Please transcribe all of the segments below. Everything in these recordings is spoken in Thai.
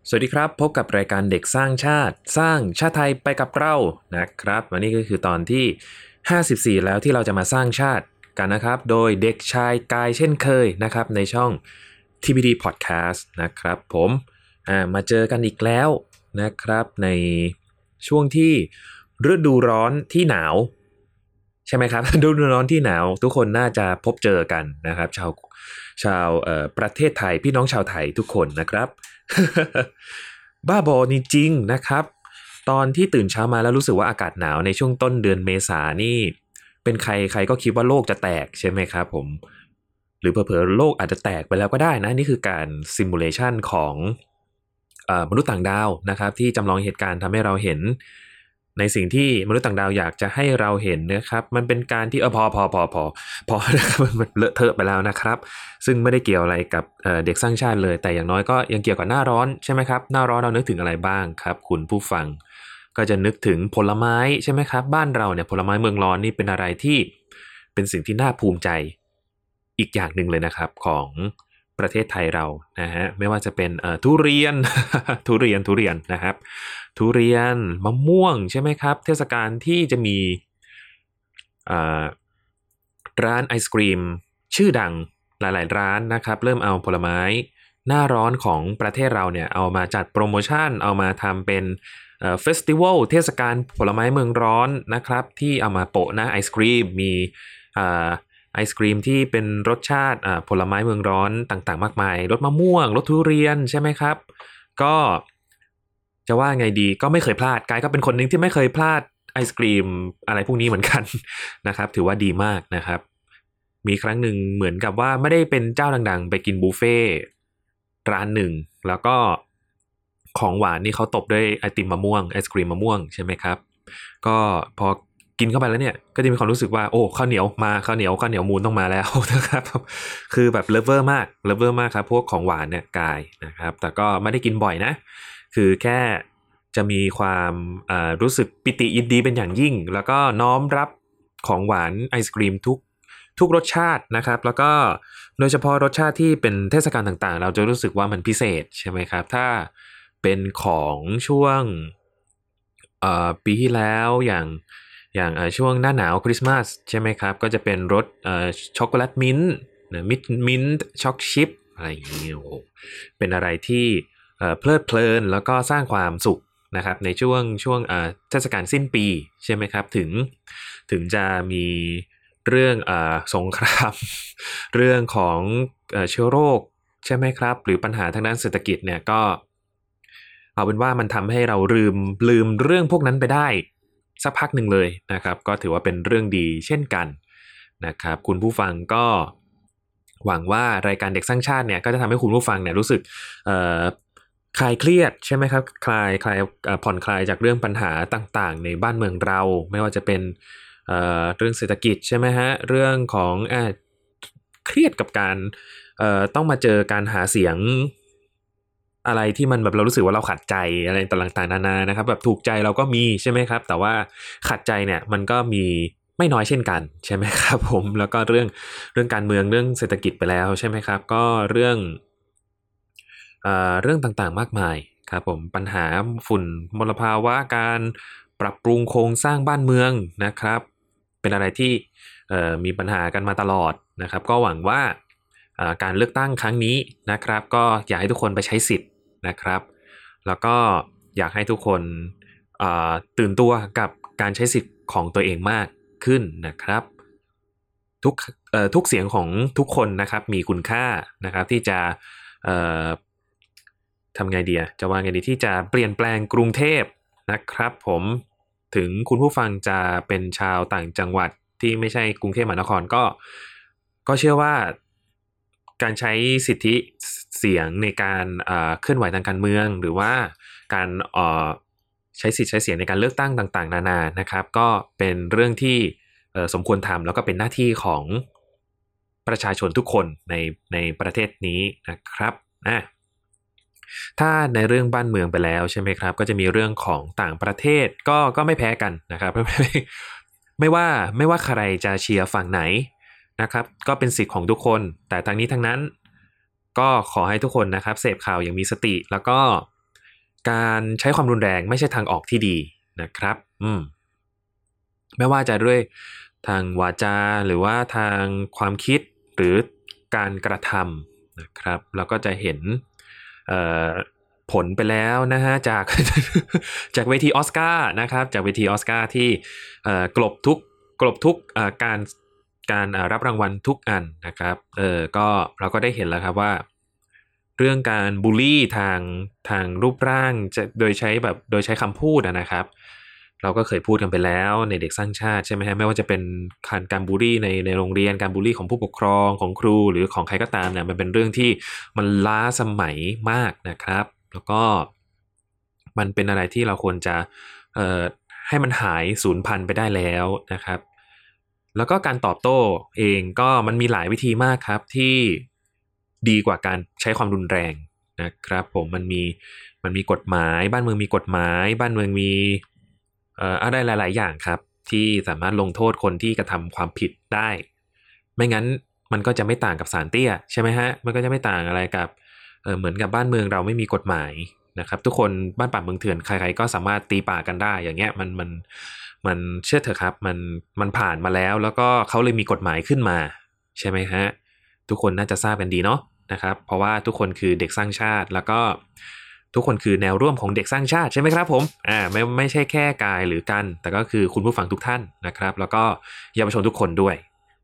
สวัสดีครับพบกับรายการเด็กสร้างชาติสร้างชาติไทยไปกับเรานะครับวันนี้ก็คือตอนที่54แล้วที่เราจะมาสร้างชาติกันนะครับโดยเด็กชายกายเช่นเคยนะครับในช่อง TPD Podcast นะครับผมมาเจอกันอีกแล้วนะครับในช่วงที่ฤดูร้อนที่หนาวใช่ไหมครับ ฤดูร้อนที่หนาวทุกคนน่าจะพบเจอกันนะครับชาวประเทศไทยพี่น้องชาวไทยทุกคนนะครับ บ้าบอนี่จริงนะครับตอนที่ตื่นเช้ามาแล้วรู้สึกว่าอากาศหนาวในช่วงต้นเดือนเมษานี่เป็นใครก็คิดว่าโลกจะแตกใช่ไหมครับผมหรือเผลอๆโลกอาจจะแตกไปแล้วก็ได้นะนี่คือการซิมูเลชันของมนุษย์ต่างดาวนะครับที่จำลองเหตุการณ์ทำให้เราเห็นในสิ่งที่มนุษย์ต่างดาวอยากจะให้เราเห็นนะครับมันเป็นการที่พอนะครับมันเลอะเทอะไปแล้วนะครับซึ่งไม่ได้เกี่ยวอะไรกับเด็กสร้างชาติเลยแต่อย่างน้อยก็ยังเกี่ยวกับหน้าร้อนใช่ไหมครับหน้าร้อนเรานึกถึงอะไรบ้างครับคุณผู้ฟังก็จะนึกถึงผลไม้ใช่ไหมครับบ้านเราเนี่ยผลไม้เมืองร้อนนี่เป็นอะไรที่เป็นสิ่งที่น่าภูมิใจอีกอย่างหนึ่งเลยนะครับของประเทศไทยเรานะฮะไม่ว่าจะเป็นทุเรียน ทุเรียนนะครับทุเรียนมะม่วงใช่ไหมครับเทศกาลที่จะมีร้านไอศกรีมชื่อดังหลายๆร้านนะครับเริ่มเอาผลไม้หน้าร้อนของประเทศเราเนี่ยเอามาจัดโปรโมชั่นเอามาทำเป็นเฟสติวัลเทศกาลผลไม้เมืองร้อนนะครับที่เอามาโปะหน้าไอศกรีมมีไอศกรีมที่เป็นรสชาติผลไม้เมืองร้อนต่างๆมากมายรสมะม่วงรสทุเรียนใช่ไหมครับก็จะว่าไงดีก็ไม่เคยพลาดกายก็เป็นคนหนึ่งที่ไม่เคยพลาดไอศกรีมอะไรพวกนี้เหมือนกัน นะครับถือว่าดีมากนะครับมีครั้งหนึ่งเหมือนกับว่าไม่ได้เป็นเจ้าดังๆไปกินบุฟเฟ่ร้านหนึ่งแล้วก็ของหวานนี่เขาตบด้วยไอติมมะม่วงไอศกรีมมะม่วงใช่ไหมครับก็พอกินเข้าไปแล้วเนี่ยก็จะมีความรู้สึกว่าโอ้ข้าวเหนียวมาข้าวเหนียวมูนต้องมาแล้วนะครับคือแบบเลิฟเวอร์มากครับพวกของหวานเนี่ยกายนะครับแต่ก็ไม่ได้กินบ่อยนะคือแค่จะมีความรู้สึกปิติยินดีเป็นอย่างยิ่งแล้วก็น้อมรับของหวานไอศกรีมทุกรสชาตินะครับแล้วก็โดยเฉพาะรสชาติที่เป็นเทศกาลต่างๆเราจะรู้สึกว่ามันพิเศษใช่ไหมครับถ้าเป็นของช่วงปีที่แล้วอย่างช่วงหน้าหนาวคริสต์มาสใช่ไหมครับก็จะเป็นรสช็อกโกแลตมิ้นท์มิ้นท์ช็อกชิพอะไรอย่างเงี้ยโอ้เป็นอะไรที่เพลิดเพลินแล้วก็สร้างความสุขนะครับในช่วงเทศกาลสิ้นปีใช่ไหมครับถึงจะมีเรื่องสงคราม เรื่องของเชื้อโรคใช่ไหมครับหรือปัญหาทางด้านเศรษฐกิจเนี่ยก็เอาเป็นว่ามันทำให้เราลืมเรื่องพวกนั้นไปได้สักพักหนึ่งเลยนะครับก็ถือว่าเป็นเรื่องดีเช่นกันนะครับคุณผู้ฟังก็หวังว่ารายการเด็กสร้างชาติเนี่ยก็จะทำให้คุณผู้ฟังเนี่ยรู้สึกคลายเครียดใช่ไหมครับคลายผ่อนคลายจากเรื่องปัญหาต่างๆในบ้านเมืองเราไม่ว่าจะเป็นเรื่องเศรษฐกิจใช่ไหมฮะเรื่องของเครียดกับการต้องมาเจอการหาเสียงอะไรที่มันแบบเรารู้สึกว่าเราขัดใจอะไรต่างๆนานานะครับแบบถูกใจเราก็มีใช่ไหมครับแต่ว่าขัดใจเนี่ยมันก็มีไม่น้อยเช่นกันใช่ไหมครับผมแล้วก็เรื่องการเมืองเรื่องเศรษฐกิจไปแล้วใช่ไหมครับก็เรื่องต่างๆมากมายครับผมปัญหาฝุ่นมลภาวะการปรับปรุงโครงสร้างบ้านเมืองนะครับเป็นอะไรที่มีปัญหากันมาตลอดนะครับก็หวังว่าการเลือกตั้งครั้งนี้นะครับก็อยากให้ทุกคนไปใช้สิทธิ์นะครับแล้วก็อยากให้ทุกคนตื่นตัวกับการใช้สิทธิ์ของตัวเองมากขึ้นนะครับทุกเสียงของทุกคนนะครับมีคุณค่านะครับที่จะทำไงดีจะว่าไงดีที่จะเปลี่ยนแปลงกรุงเทพนะครับผมถึงคุณผู้ฟังจะเป็นชาวต่างจังหวัดที่ไม่ใช่กรุงเทพมหานครก็เชื่อว่าการใช้สิทธิเสียงในการเคลื่อนไหวทางการเมืองหรือว่าการใช้สิทธิใช้เสียงในการเลือกตั้งต่างๆนานานะครับก็เป็นเรื่องที่สมควรทำแล้วก็เป็นหน้าที่ของประชาชนทุกคนในประเทศนี้นะครับถ้าในเรื่องบ้านเมืองไปแล้วใช่ไหมครับก็จะมีเรื่องของต่างประเทศก็ไม่แพ้กันนะครับ ไม่ว่าใครจะเชียร์ฝั่งไหนนะครับก็เป็นสิทธิ์ของทุกคนแต่ทั้งนี้ทั้งนั้นก็ขอให้ทุกคนนะครับเสพข่าวอย่างมีสติแล้วก็การใช้ความรุนแรงไม่ใช่ทางออกที่ดีนะครับไม่ว่าจะด้วยทางวาจาหรือว่าทางความคิดหรือการกระทำนะครับเราก็จะเห็นผลไปแล้วนะฮะจาก จากเวทีออสการ์นะครับจากเวทีออสการ์ที่กลบทุกการรับรางวัลทุกอันนะครับก็เราก็ได้เห็นแล้วครับว่าเรื่องการบูลลี่ทางรูปร่างโดยใช้คำพูดนะครับเราก็เคยพูดกันไปแล้วในเด็กสร้างชาติใช่ไหมฮะไม่ว่าจะเป็นการบูลลี่ในโรงเรียนการบูลลี่ของผู้ปกครองของครูหรือของใครก็ตามเนี่ยมันเป็นเรื่องที่มันล้าสมัยมากนะครับแล้วก็มันเป็นอะไรที่เราควรจะให้มันหายสูญพันธุ์ไปได้แล้วนะครับแล้วก็การตอบโต้เองก็มันมีหลายวิธีมากครับที่ดีกว่าการใช้ความรุนแรงนะครับผมมันมีกฎหมายบ้านเมืองมีกฎหมายบ้านเมืองมีอะไรหลายๆอย่างครับที่สามารถลงโทษคนที่กระทำความผิดได้ไม่งั้นมันก็จะไม่ต่างกับศาลเตี้ยใช่ไหมฮะมันก็จะไม่ต่างอะไรกับเหมือนกับบ้านเมืองเราไม่มีกฎหมายนะครับทุกคนบ้านป่าเมืองเถื่อนใครๆก็สามารถตีป่ากันได้อย่างเงี้ยมันเชื่อเถอะครับมันผ่านมาแล้วก็เขาเลยมีกฎหมายขึ้นมาใช่ไหมฮะทุกคนน่าจะทราบกันดีเนาะนะครับเพราะว่าทุกคนคือเด็กสร้างชาติแล้วก็ทุกคนคือแนวร่วมของเด็กสร้างชาติใช่ไหมครับผมไม่ใช่แค่กายหรือกันแต่ก็คือคุณผู้ฟังทุกท่านนะครับแล้วก็เยาวชนทุกคนด้วย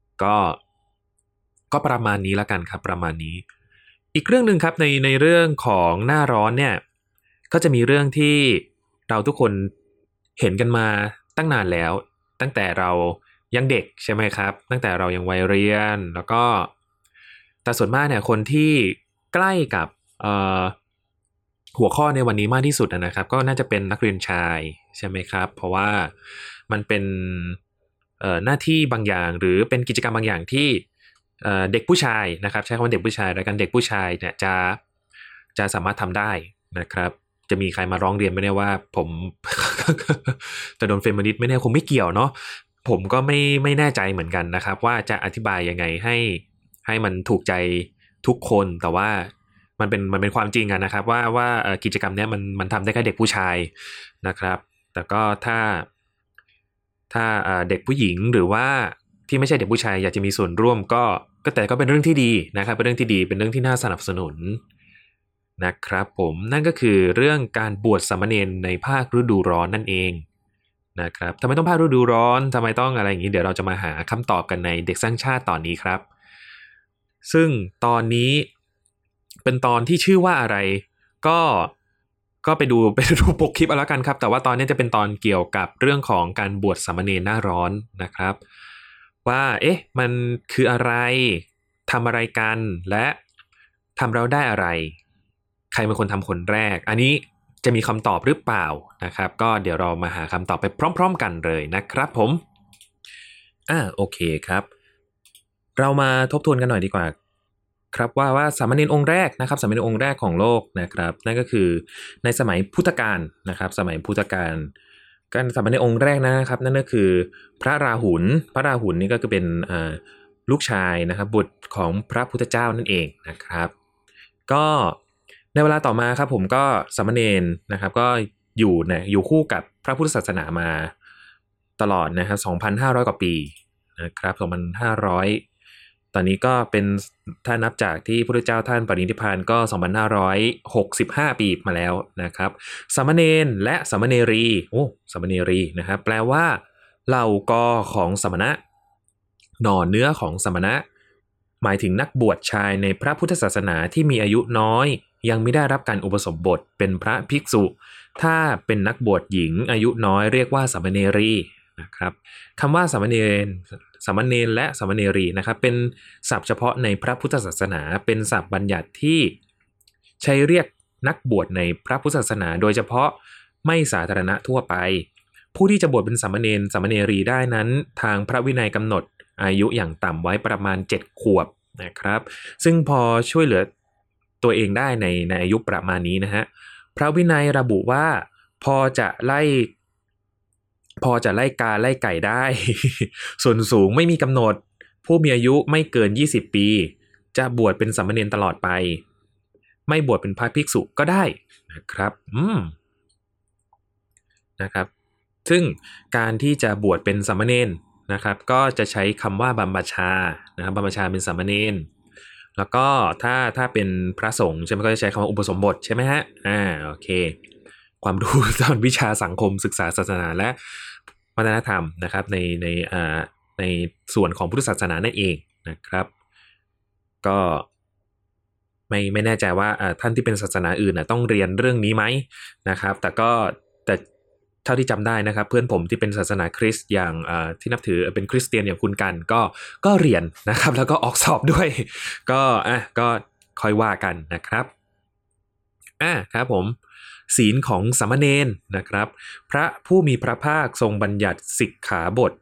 ก็ประมาณนี้แล้วกันครับประมาณนี้อีกเรื่องนึงครับในเรื่องของหน้าร้อนเนี่ยก็จะมีเรื่องที่เราทุกคนเห็นกันมาตั้งนานแล้วตั้งแต่เรายังเด็กใช่ไหมครับตั้งแต่เรายังวัยเรียนแล้วก็แต่ส่วนมากเนี่ยคนที่ใกล้กับหัวข้อในวันนี้มากที่สุดนะครับก็น่าจะเป็นนักเรียนชายใช่ไหมครับเพราะว่ามันเป็นหน้าที่บางอย่างหรือเป็นกิจกรรมบางอย่างที่เด็กผู้ชายนะครับใช้คำว่าเด็กผู้ชายแล้วกันเด็กผู้ชายเนี่ยจะสามารถทำได้นะครับจะมีใครมาร้องเรียนไม่ได้ว่าผม แต่โดนเฟมินิสต์ไม่แน่คงไม่เกี่ยวเนาะผมก็ไม่แน่ใจเหมือนกันนะครับว่าจะอธิบายยังไงให้มันถูกใจทุกคนแต่ว่ามันเป็นความจริงนะครับว่ากิจกรรมเนี้ยมันทำได้แค่เด็กผู้ชายนะครับแต่ก็ถ้าเด็กผู้หญิงหรือว่าที่ไม่ใช่เด็กผู้ชายอยากจะมีส่วนร่วมก็แต่ก็เป็นเรื่องที่ดีนะครับเป็นเรื่องที่ดีเป็นเรื่องที่น่าสนับสนุนนะครับผมนั่นก็คือเรื่องการบวชสามเณรในภาคฤดูร้อนนั่นเองนะครับทำไมต้องภาคฤดูร้อนทำไมต้องอะไรอย่างนี้เดี๋ยวเราจะมาหาคำตอบกันในเด็กสร้างชาติตอนนี้ครับซึ่งตอนนี้เป็นตอนที่ชื่อว่าอะไรก็ไปดูปกคลิปเอาละกันครับแต่ว่าตอนนี้จะเป็นตอนเกี่ยวกับเรื่องของการบวชสามเณรหน้าร้อนนะครับว่ามันคืออะไรทำอะไรกันและทำแล้วได้อะไรใครเป็นคนทำคนแรกอันนี้จะมีคำตอบหรือเปล่านะครับก็เดี๋ยวเรามาหาคำตอบไปพร้อมๆกันเลยนะครับผมโอเคครับเรามาทบทวนกันหน่อยดีกว่าครับว่าสามเณรองค์แรกนะครับสามเณรองค์แรกของโลกนะครับนั่นก็คือในสมัยพุทธกาลนะครับสมัยพุทธกาลการสามเณรองค์แรกนะครับนั่นก็คือพระราหุลนี่ก็คือเป็นลูกชายนะครับบุตรของพระพุทธเจ้านั่นเองนะครับก็ในเวลาต่อมาครับผมก็สามเณรนะครับก็อยู่คู่กับพระพุทธศาสนามาตลอดนะครับ 2,500 กว่าปีนะครับ 2,500 ตอนนี้ก็เป็นถ้านับจากที่พระพุทธเจ้าท่านปรินิพพานก็ 2,565 ปีมาแล้วนะครับสามเณรและสามเณรีสามเณรีนะครับแปลว่าเหล่ากอของสมณะหน่อเนื้อของสมณะหมายถึงนักบวชชายในพระพุทธศาสนาที่มีอายุน้อยยังไม่ได้รับการอุปสมบทเป็นพระภิกษุถ้าเป็นนักบวชหญิงอายุน้อยเรียกว่าสามเณรีนะครับคำว่าสามเณรและสามเณรีนะครับเป็นศัพท์เฉพาะในพระพุทธศาสนาเป็นศัพท์บัญญัติที่ใช้เรียกนักบวชในพระพุทธศาสนาโดยเฉพาะไม่สาธารณะทั่วไปผู้ที่จะบวชเป็นสามเณรีได้นั้นทางพระวินัยกำหนดอายุอย่างต่ำไว้ประมาณ7 ขวบนะครับซึ่งพอช่วยเหลือตัวเองได้ในอายุประมาณนี้นะฮะพระวินัยระบุว่าพอจะไล่กาไล่ไก่ได้ ส่วนสูงไม่มีกำหนดผู้มีอายุไม่เกิน20 ปีจะบวชเป็นสามเณรตลอดไปไม่บวชเป็นพระภิกษุก็ได้นะครับนะครับซึ่งการที่จะบวชเป็นสามเณรนะครับก็จะใช้คำว่าบัมพชานะครับบัมพชาเป็นสามเณรแล้วก็ถ้าเป็นพระสงฆ์ใช่ไหมก็จะใช้คำว่าอุปสมบทใช่ไหมฮะโอเคความรู้ตอนวิชาสังคมศึกษาศาสนาและวัฒนธรรมนะครับในส่วนของพุทธศาสนานั่นเองนะครับก็ไม่แน่ใจว่าท่านที่เป็นศาสนาอื่นต้องเรียนเรื่องนี้ไหมนะครับแต่เท่าที่จำได้นะครับเพื่อนผมที่เป็นศาสนาคริสต์อย่างที่นับถือเป็นคริสเตียนอย่างคุณกันก็เรียนนะครับแล้วก็ออกสอบด้วยก็ค่อยว่ากันนะครับครับผมศีลของสามเณรนะครับพระผู้มีพระภาคทรงบัญญัติสิกขาบท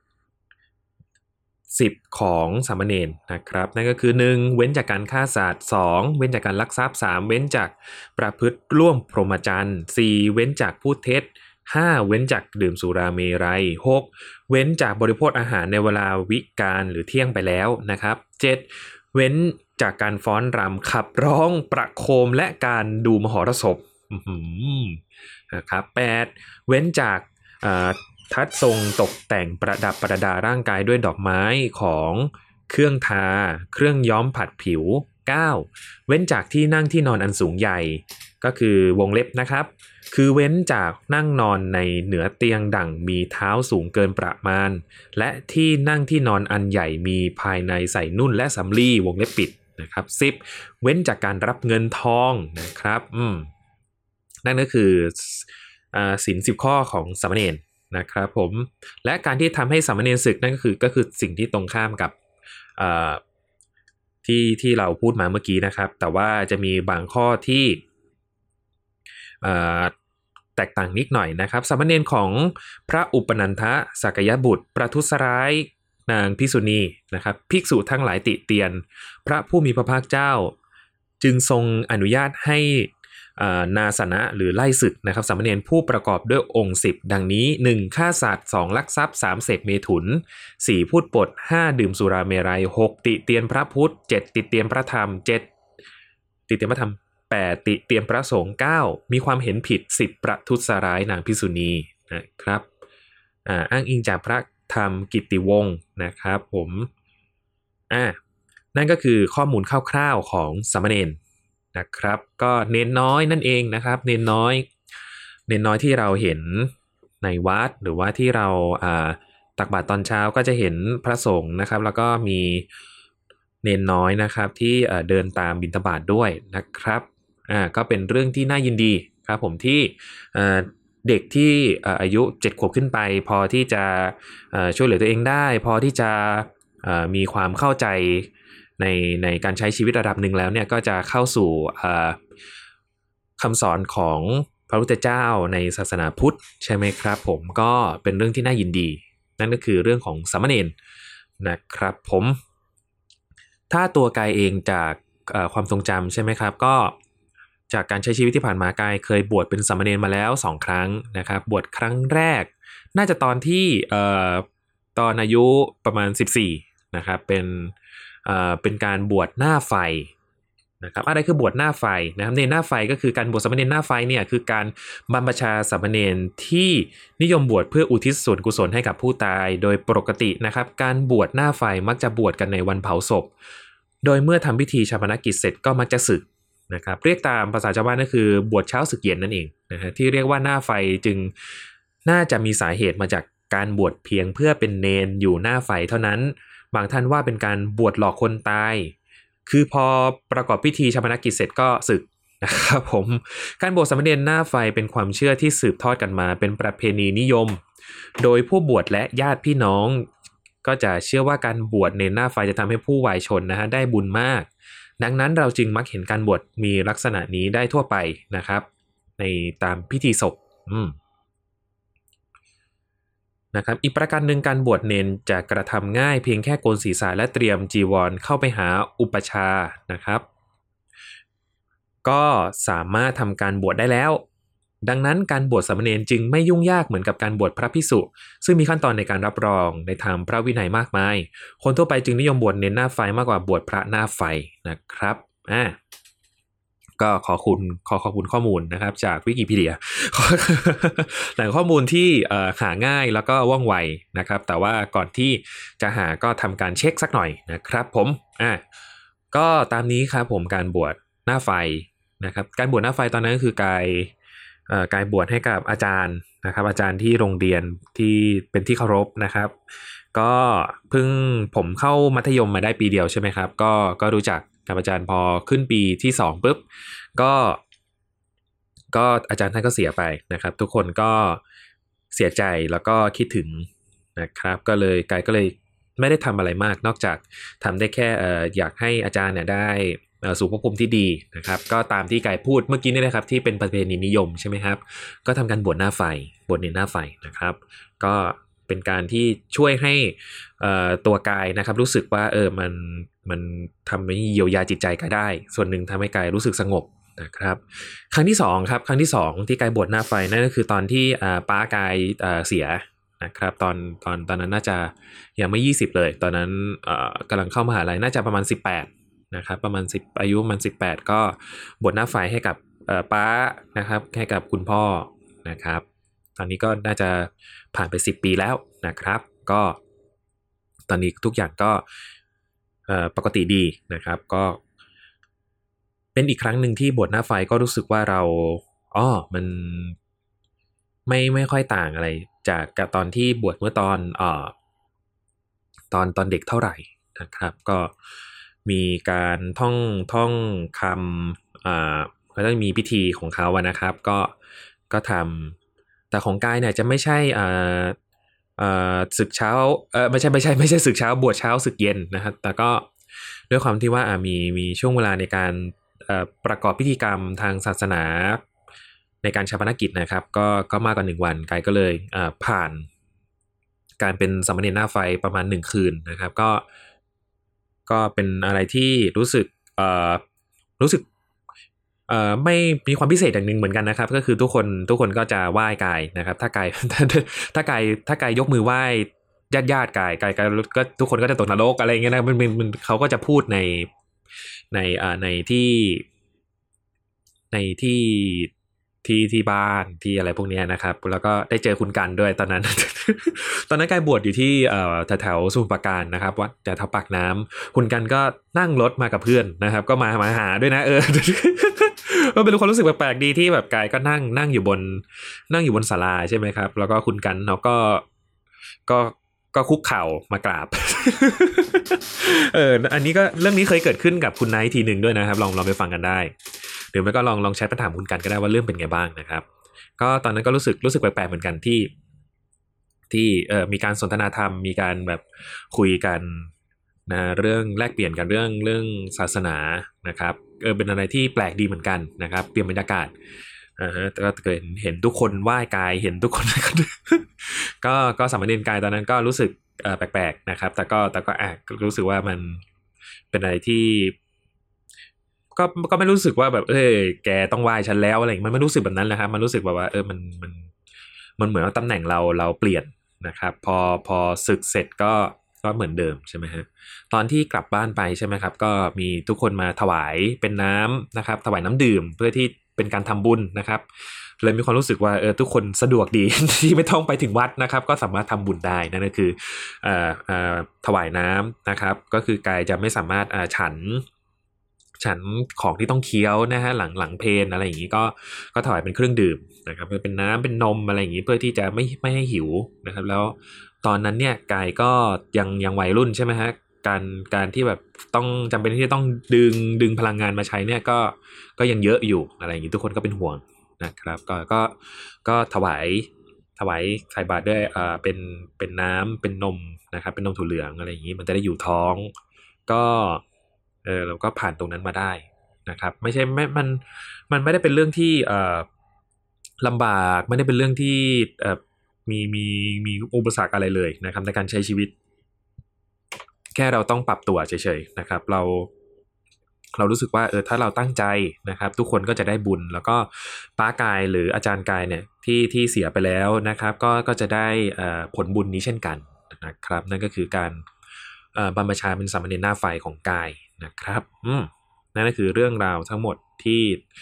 10ของสามเณรนะครับนั่นก็คือ1เว้นจากการฆ่าสัตว์2เว้นจากการลักทรัพย์3เว้นจากประพฤติร่วมพรหมจรรย์4เว้นจากพูดเท็จ5เว้นจากดื่มสุราเมรัย6เว้นจากบริโภคอาหารในเวลาวิกาลหรือเที่ยงไปแล้วนะครับ7เว้นจากการฟ้อนรำขับร้องประโคมและการดูมหรสพนะครับ8เว้นจากทัดทรงตกแต่งประดับประดาร่างกายด้วยดอกไม้ของเครื่องทาเครื่องย้อมผัดผิว9เว้นจากที่นั่งที่นอนอันสูงใหญ่ก็คือวงเล็บนะครับคือเว้นจากนั่งนอนในเหนือเตียงดั่งมีเท้าสูงเกินประมาณและที่นั่งที่นอนอันใหญ่มีภายในใส่นุ่นและสำลีวงเล็บปิดนะครับ10เว้นจากการรับเงินทองนะครับนั่นก็คือศีล10ข้อของสามเณรนะครับผมและการที่ทำให้สามเณรศึกนั่นก็คือสิ่งที่ตรงข้ามกับที่เราพูดมาเมื่อกี้นะครับแต่ว่าจะมีบางข้อที่แตกต่างนิดหน่อยนะครับสามเณรของพระอุปนันทสักยบุตรประทุษร้ายนางภิกษุณีนะครับภิกษุทั้งหลายติเตียนพระผู้มีพระภาคเจ้าจึงทรงอนุญาตให้นาสนะหรือไล่ศึกนะครับสามเณรผู้ประกอบด้วยองค์10ดังนี้1ฆ่าสัตว์2ลักทรัพย์3เสพเมถุน4พูดปด5ดื่มสุราเมรัย6ติเตียนพระพุทธ7ติเตียนพระธรรม7ติเตียนพระธรรม8ติเตียนพระสงฆ์9มีความเห็นผิด10ประทุษร้ายนางภิกษุณีนะครับอ้างอิงจากพระธรรมกิตติวงศ์นะครับผมนั่นก็คือข้อมูลคร่าวๆของสามเณรนะครับก็เนนน้อยนั่นเองนะครับเนนน้อยที่เราเห็นในวัดหรือว่าที่เราตักบาตรตอนเช้าก็จะเห็นพระสงฆ์นะครับแล้วก็มีเนนน้อยนะครับที่เดินตามบิณฑบาตด้วยนะครับก็เป็นเรื่องที่น่ายินดีครับผมที่เด็กที่อายุ7ขวบขึ้นไปพอที่จะช่วยเหลือตัวเองได้พอที่จะมีความเข้าใจในการใช้ชีวิตระดับหนึ่งแล้วเนี่ยก็จะเข้าสู่คำสอนของพระพุทธเจ้าในศาสนาพุทธใช่ไหมครับผมก็เป็นเรื่องที่น่ายินดีนั่นก็คือเรื่องของสามเณรนะครับผมถ้าตัวกายเองจากความทรงจำใช่ไหมครับก็จากการใช้ชีวิตที่ผ่านมากายเคยบวชเป็นสามเณรมาแล้ว2ครั้งนะครับบวชครั้งแรกน่าจะตอนที่ตอนอายุประมาณ14นะครับเป็นการบวชหน้าไฟนะครับอะไรคือบวชหน้าไฟนะครับในหน้าไฟก็คือการบวชสามเณรหน้าไฟเนี่ยคือการบรรพชาสามเณรที่นิยมบวชเพื่ออุทิศส่วนกุศลให้กับผู้ตายโดยปกตินะครับการบวชหน้าไฟมักจะบวชกันในวันเผาศพโดยเมื่อทำพิธีชาปนกิจเสร็จก็มักจะสึกนะครับเรียกตามภาษาชาวบ้านก็คือบวชเช้าสึกเย็นนั่นเองนะฮะที่เรียกว่าหน้าไฟจึงน่าจะมีสาเหตุมาจากการบวชเพียงเพื่อเป็นเณรอยู่หน้าไฟเท่านั้นบางท่านว่าเป็นการบวชหลอกคนตายคือพอประกอบพิธีชาปนกิจเสร็จก็สึกนะครับผมการบวชสามเณรหน้าไฟเป็นความเชื่อที่สืบทอดกันมาเป็นประเพณีนิยมโดยผู้บวชและญาติพี่น้องก็จะเชื่อว่าการบวชเณรหน้าไฟจะทำให้ผู้วายชนนะฮะได้บุญมากดังนั้นเราจึงมักเห็นการบวชมีลักษณะนี้ได้ทั่วไปนะครับในตามพิธีศพนะครับอีกประการหนึ่งการบวชเณรจะกระทำง่ายเพียงแค่โกนศีรษะและเตรียมจีวรเข้าไปหาอุปชานะครับก็สามารถทำการบวชได้แล้วดังนั้นการบวชสามเณรจึงไม่ยุ่งยากเหมือนกับการบวชพระภิกษุซึ่งมีขั้นตอนในการรับรองในทางพระวินัยมากมายคนทั่วไปจึงนิยมบวชเณรหน้าไฟมากกว่าบวชพระหน้าไฟนะครับก็ขอขอบคุณข้อมูลนะครับจากวิกิพีเดีย แหล่งข้อมูลที่หาง่ายแล้วก็ว่องไวนะครับแต่ว่าก่อนที่จะหาก็ทำการเช็คสักหน่อยนะครับผมก็ตามนี้ครับผมการบวชหน้าไฟนะครับการบวชหน้าไฟตอนนั้นก็คือกายบวชให้กับอาจารย์นะครับอาจารย์ที่โรงเรียนที่เป็นที่เคารพนะครับก็เพิ่งผมเข้ามัธยมมาได้ปีเดียวใช่ไหมครับก็รู้จักกับอาจารย์พอขึ้นปีที่2ปุ๊บก็อาจารย์ท่านก็เสียไปนะครับทุกคนก็เสียใจแล้วก็คิดถึงนะครับก็เลยไม่ได้ทำอะไรมากนอกจากทำได้แค่อยากให้อาจารย์เนี่ยได้สู่ภพภูมิที่ดีนะครับก็ตามที่กายพูดเมื่อกี้นี่นะครับที่เป็นประเพณีนิยมใช่ไหมครับก็ทำการบวชหน้าไฟบวชเนรหน้าไฟนะครับก็เป็นการที่ช่วยให้ตัวกายนะครับรู้สึกว่ามันทำให้เยียวยาจิตใจกายได้ส่วนหนึ่งทำให้กายรู้สึกสงบนะครับครั้งที่2ครับครั้งที่2ที่กายบวชหน้าไฟนั่นก็คือตอนที่ป้ากายเสียนะครับตอนนั้นน่าจะยังไม่20เลยตอนนั้นกำลังเข้ามหาลัยน่าจะประมาณ18นะครับประมาณ10อายุประมาณ18ก็บวชหน้าไฟให้กับป้านะครับให้กับคุณพ่อนะครับตอนนี้ก็น่าจะผ่านไป10 ปีแล้วนะครับก็ตอนนี้ทุกอย่างก็ปกติดีนะครับก็เป็นอีกครั้งหนึ่งที่บวชหน้าไฟก็รู้สึกว่าเรามันไม่ค่อยต่างอะไรจากกับตอนที่บวชเมื่อตอนเด็กเท่าไหร่นะครับก็มีการท่องคำก็จะมีพิธีของเขาอะนะครับก็ทำแต่ของกายเนี่ยจะไม่ใช่ศึกเช้าไม่ใช่ศึกเช้าบวชเช้าศึกเย็นนะครับแต่ก็ด้วยความที่ว่ามีช่วงเวลาในการประกอบพิธีกรรมทางศาสนาในการชาปนกิจนะครับก็มากกว่า1 วันกายก็เลยผ่านการเป็นสามเณรหน้าไฟประมาณ1 คืนนะครับก็เป็นอะไรที่รู้สึกไม่มีความพิเศษอย่างหนึ่งเหมือนกันนะครับก็คือทุกคนก็จะไหว้กายนะครับถ้ากายถ้ากายยกมือไหว้ญาติกายก็ทุกคนก็จะตกนรกอะไรเงี้ยนะมันเขาก็จะพูดในที่บ้านที่อะไรพวกนี้นะครับแล้วก็ได้เจอคุณกันด้วยตอนนั้น ตอนนั้นกายบวชอยู่ที่แถวสมุทรปราการนะครับวัดแถวปากน้ำคุณกันก็นั่งรถมากับเพื่อนนะครับก็มาหาด้วยนะก็เป็นความรู้สึกแปลกๆดีที่แบบกายก็นั่งอยู่บนศาลาใช่ไหมครับแล้วก็คุณกันเขาก็คุกเข่ามากราบ อันนี้ก็เรื่องนี้เคยเกิดขึ้นกับคุณไนท์ทีหนึ่งด้วยนะครับลองไปฟังกันได้หรือไม่ก็ลองแชทไปถามคุณกันก็ได้ว่าเรื่องเป็นไงบ้างนะครับก็ตอนนั้นก็รู้สึกแปลกๆเหมือนกันที่มีการสนทนาธรรมมีการแบบคุยกันนะเรื่องแลกเปลี่ยนกันเรื่องศาสนานะครับเป็นอะไรที่แปลกดีเหมือนกันนะครับเปลี่ยนบรรยากาศก็เห็นทุกคนไหว้กายเห็นทุกคน ก็สามเณรกายตอนนั้นก็รู้สึกแปลกๆนะครับแต่ก็รู้สึกว่ามันเป็นอะไรที่ก็ไม่รู้สึกว่าแบบแกต้องไหว้ฉันแล้วอะไรมันไม่รู้สึกแบบนั้นแหละครับมันรู้สึกแบบว่ามันเหมือนว่าตำแหน่งเราเปลี่ยนนะครับพอศึกเสร็จก็เหมือนเดิมใช่ไหมฮะตอนที่กลับบ้านไปใช่ไหมครับก็มีทุกคนมาถวายเป็นน้ำนะครับถวายน้ำดื่มเพื่อที่เป็นการทำบุญนะครับเลยมีความรู้สึกว่าทุกคนสะดวกดี ที่ไม่ต้องไปถึงวัดนะครับก็สามารถทำบุญได้นั่นก็คือถวายน้ำนะครับก็คือกายจะไม่สามารถฉันของที่ต้องเคี้ยวนะฮะหลังเพลอะไรอย่างนี้ก็ถวายเป็นเครื่องดื่มนะครับเป็นน้ำเป็นนมอะไรอย่างนี้เพื่อที่จะไม่ให้หิวนะครับแล้วตอนนั้นเนี่ยกายก็ยังวัยรุ่นใช่ไหมฮะการที่แบบต้องจำเป็นที่จะต้องดึงพลังงานมาใช้เนี่ยก็ยังเยอะอยู่อะไรอย่างนี้ทุกคนก็เป็นห่วงนะครับก็ถวายใส่บาตรด้วยเป็นน้ำเป็นนมนะครับเป็นนมถั่วเหลืองอะไรอย่างนี้มันจะได้อยู่ท้องก็เราก็ผ่านตรงนั้นมาได้นะครับไม่ใช่มันไม่ได้เป็นเรื่องที่ลำบากไม่ได้เป็นเรื่องที่มีอุปสรรคอะไรเลยนะครับในการใช้ชีวิตแค่เราต้องปรับตัวเฉยๆนะครับเรารู้สึกว่าถ้าเราตั้งใจนะครับทุกคนก็จะได้บุญแล้วก็ป้ากายหรืออาจารย์กายเนี่ยที่เสียไปแล้วนะครับก็จะได้ผลบุญนี้เช่นกันนะครับนั่นก็คือการบรรพชาเป็นสามเณรหน้าไฟของกายนะครับนั่นก็คือเรื่องราวทั้งหมดที่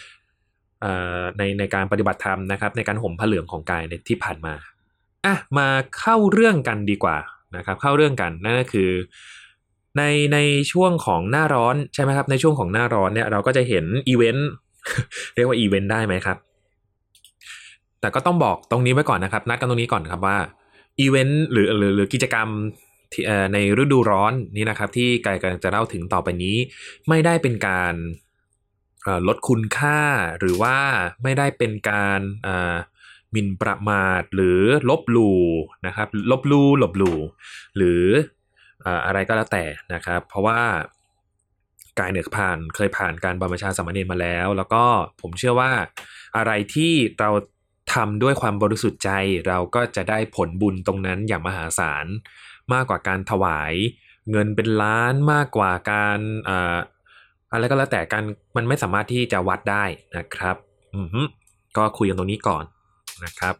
ในการปฏิบัติธรรมนะครับในการห่มผ้าเหลืองของกายในที่ผ่านมามาเข้าเรื่องกันดีกว่านะครับเข้าเรื่องกันนั่นก็คือในในช่วงของหน้าร้อนใช่ไหมครับในช่วงของหน้าร้อนเนี่ยเราก็จะเห็นอีเวนต์ เรียกว่าอีเวนต์ได้ไหมครับแต่ก็ต้องบอกตรงนี้ไว้ก่อนนะครับนัดกันตรงนี้ก่อนครับว่าอีเวนต์หรือกิจกรรมในฤดูร้อนนี้นะครับที่กายกำลังจะเล่าถึงต่อไปนี้ไม่ได้เป็นการลดคุณค่าหรือว่าไม่ได้เป็นการหมิ่นประมาทหรือลบหลู่นะครับลบหลู่หรืออะไรก็แล้วแต่นะครับเพราะว่ากายเนี่ยเคยผ่านการบรรพชาสามเณรมาแล้วก็ผมเชื่อว่าอะไรที่เราทำด้วยความบริสุทธิ์ใจเราก็จะได้ผลบุญตรงนั้นอย่างมหาศาลมากกว่าการถวายเงินเป็นล้านมากกว่าการอะไรก็แล้วแต่กันมันไม่สามารถที่จะวัดได้นะครับก็คุยกันตรงนี้ก่อนนะครับ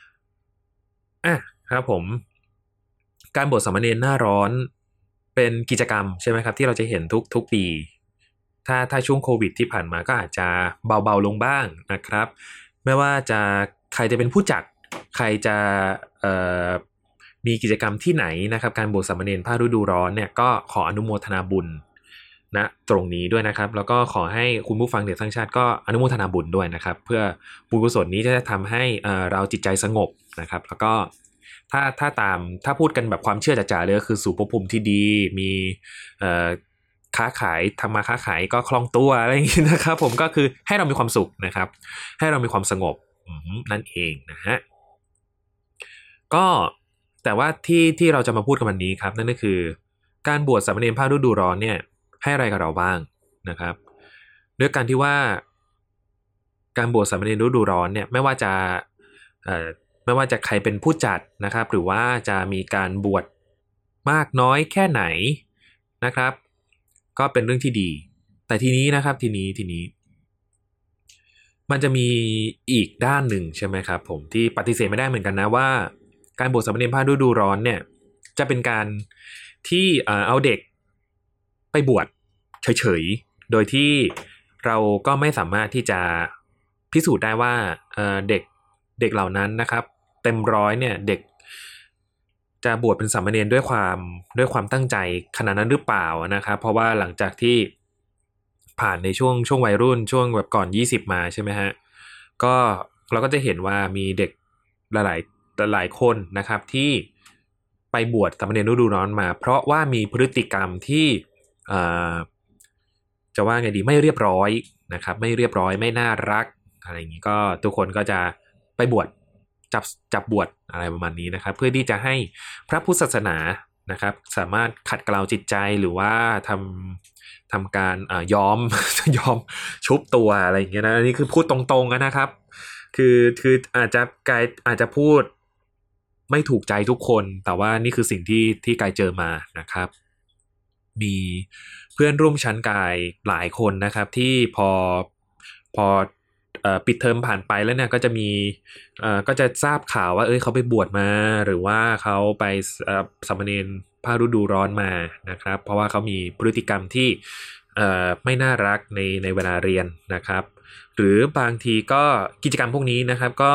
ครับผมการบวชสามเณรหน้าร้อนเป็นกิจกรรมใช่ไหมครับที่เราจะเห็นทุกปีถ้าช่วงโควิดที่ผ่านมาก็อาจจะเบาๆลงบ้างนะครับไม่ว่าจะใครจะเป็นผู้จัดใครจะมีกิจกรรมที่ไหนนะครับการบวชสามเณรภาคฤดูร้อนเนี่ยก็ขออนุโมทนาบุญนะตรงนี้ด้วยนะครับแล้วก็ขอให้คุณผู้ฟังเด็กสร้างชาติก็อนุโมทนาบุญด้วยนะครับเพื่อบุญกุศลนี้จะทำให้เราจิตใจสงบนะครับแล้วก็ถ้าพูดกันแบบความเชื่อจ๋าๆเลยก็คือสู่ภพภูมิที่ดีมีค้าขายทำมาค้าขายก็คล่องตัวอะไรอย่างนี้นะครับผมก็คือให้เรามีความสุขนะครับให้เรามีความสงบนั่นเองนะฮะก็แต่ว่าที่เราจะมาพูดกันวันนี้ครับนั่นก็คือการบวชสามเณรภาคฤดูร้อนเนี่ยให้อะไรกับเราบ้างนะครับด้วยการที่ว่าการบวชสามเณรฤดูร้อนเนี่ยไม่ว่าจะใครเป็นผู้จัดนะครับหรือว่าจะมีการบวชมากน้อยแค่ไหนนะครับก็เป็นเรื่องที่ดีแต่ทีนี้นะครับทีนี้มันจะมีอีกด้านหนึ่งใช่ไหมครับผมที่ปฏิเสธไม่ได้เหมือนกันนะว่าการบวชสามเณรภาคฤดูร้อนเนี่ยจะเป็นการที่เอาเด็กไปบวชเฉยๆโดยที่เราก็ไม่สามารถที่จะพิสูจน์ได้ว่าเด็กเหล่านั้นนะครับเต็มร้อยเนี่ยเด็กจะบวชเป็นสามเณรด้วยความตั้งใจขนาดนั้นหรือเปล่านะครับเพราะว่าหลังจากที่ผ่านในช่วงวัยรุ่นช่วงแบบก่อน20มาใช่ไหมฮะก็เราก็จะเห็นว่ามีเด็กหลายคนนะครับที่ไปบวชสามเณรฤดูร้อนมาเพราะว่ามีพฤติกรรมที่จะว่าไงดีไม่เรียบร้อยนะครับไม่เรียบร้อยไม่น่ารักอะไรอย่างนี้ก็ทุกคนก็จะไปบวชจับบวชอะไรประมาณนี้นะครับเพื่อที่จะให้พระพุทธศาสนานะครับสามารถขัดเกลาจิตใจหรือว่าทำการยอมชุบตัวอะไรอย่างเงี้ยนะอันนี้คือพูดตรงๆนะครับคืออาจจะพูดไม่ถูกใจทุกคนแต่ว่านี่คือสิ่งที่กายเจอมานะครับมีเพื่อนร่วมชั้นกายหลายคนนะครับที่พอปิดเทอมผ่านไปแล้วเนี่ยก็จะมีก็จะทราบข่าวว่าเขาไปบวชมาหรือว่าเขาไปสามเณรภาคฤดูร้อนมานะครับเพราะว่าเขามีพฤติกรรมที่ไม่น่ารักในเวลาเรียนนะครับหรือบางทีก็กิจกรรมพวกนี้นะครับก็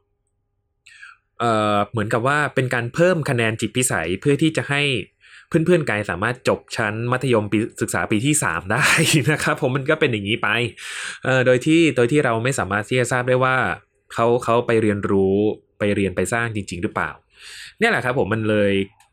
เหมือนกับว่าเป็นการเพิ่มคะแนนจิตพิสัยเพื่อที่จะให้เพื่อนๆกายสามารถจบชั้นมัธยมศึกษาปีที่3ได้นะครับผมมันก็เป็นอย่างนี้ไปโดยที่เราไม่สามารถที่จะทราบได้ว่าเขาไปเรียนรู้ไปเรียนไปสร้างจริงๆหรือเปล่าเนี่ยแหละครับผมมันเลย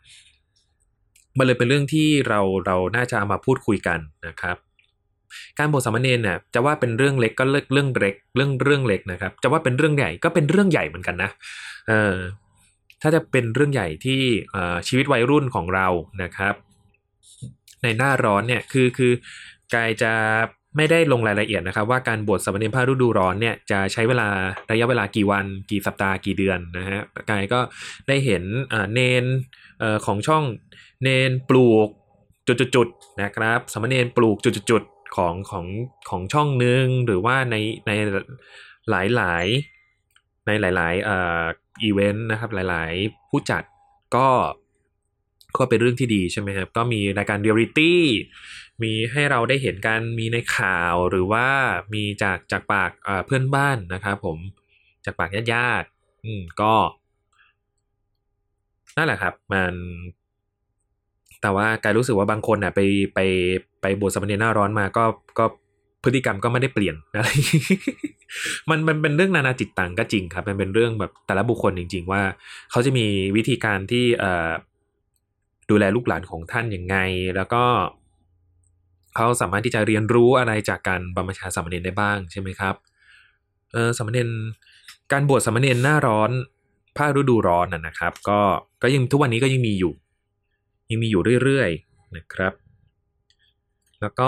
เป็นเรื่องที่เราน่าจะเอามาพูดคุยกันนะครับการบวชสามเณรเนี่ยจะว่าเป็นเรื่องเล็กก็เรื่องเล็กเรื่องเล็กนะครับจะว่าเป็นเรื่องใหญ่ก็เป็นเรื่องใหญ่เหมือนกันนะถ้าจะเป็นเรื่องใหญ่ที่ชีวิตวัยรุ่นของเรานะครับในหน้าร้อนเนี่ยคือกายจะไม่ได้ลงรายละเอียดนะครับว่าการบวชสามเณรภาคฤดูร้อนเนี่ยจะใช้ระยะเวลากี่วันกี่สัปดาห์กี่เดือนนะฮะกายก็ได้เห็นเนนของช่องเนนปลูกจุดๆนะครับสามเณรปลูกจุดๆของช่องนึงหรือว่าในหลายอีเวนต์นะครับหลายๆผู้จัดก็เป็นเรื่องที่ดีใช่ไหมครับก็มีรายการเรียลลิตี้มีให้เราได้เห็นกันมีในข่าวหรือว่ามีจากปากเพื่อนบ้านนะครับผมจากปากญาติๆก็นั่นแหละครับมันแต่ว่ากายรู้สึกว่าบางคนน่ะไปไปบวชสามเณรหน้าร้อนมาก็พฤติกรรมก็ไม่ได้เปลี่ยนอะไร มันเป็นเรื่องนานาจิตตังก็จริงครับมันเป็นเรื่องแบบแต่ละบุคคลจริงๆว่าเขาจะมีวิธีการที่ดูแลลูกหลานของท่านยังไงแล้วก็เขาสามารถที่จะเรียนรู้อะไรจากการบรรพชาสามเณรได้บ้างใช่ไหมครับสามเณรการบวชสามเณรหน้าร้อนภาคฤดูร้อนนะครับก็ยังทุกวันนี้ก็ยังมีอยู่เรื่อยๆนะครับแล้วก็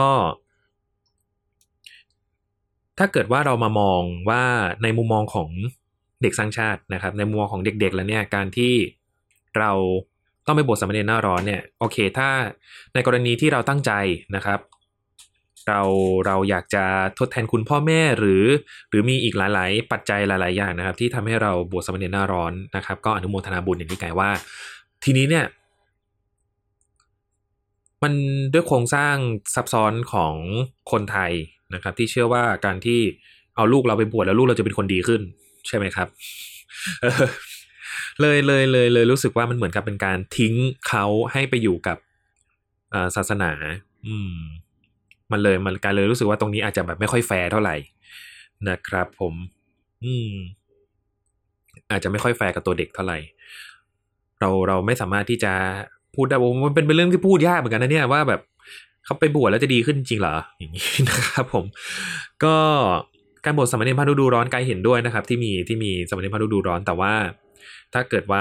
ถ้าเกิดว่าเรามามองว่าในมุมมองของเด็กสร้างชาตินะครับในมุมมองของเด็กๆแล้วเนี่ยการที่เราต้องไปบวชสามเณรหน้าร้อนเนี่ยโอเคถ้าในกรณีที่เราตั้งใจนะครับเราอยากจะทดแทนคุณพ่อแม่หรือมีอีกหลายๆปัจจัยหลายๆอย่างนะครับที่ทำให้เราบวชสามเณรหน้าร้อนนะครับก็อนุโมทนาบุญอย่างที่กายว่าทีนี้เนี่ยมันด้วยโครงสร้างซับซ้อนของคนไทยนะครับที่เชื่อว่าการที่เอาลูกเราไปบวชแล้วลูกเราจะเป็นคนดีขึ้นใช่ไหมครับเออเลยรู้สึกว่ามันเหมือนกับเป็นการทิ้งเขาให้ไปอยู่กับศาสนาอืมมันการเลยรู้สึกว่าตรงนี้อาจจะแบบไม่ค่อยแฟร์เท่าไหร่นะครับผมอืมอาจจะไม่ค่อยแฟร์กับตัวเด็กเท่าไหร่เราไม่สามารถที่จะพูดได้ว่ามันเป็นเรื่องที่พูดยากเหมือนกันนะเนี่ยว่าแบบเขาไปบวชแล้วจะดีขึ้นจริงเหรออย่างนี้นะครับผมก็การบวชสามเณรพระฤดูร้อนกายเห็นด้วยนะครับที่มีสามเณรพระฤดูร้อนแต่ว่าถ้าเกิดว่า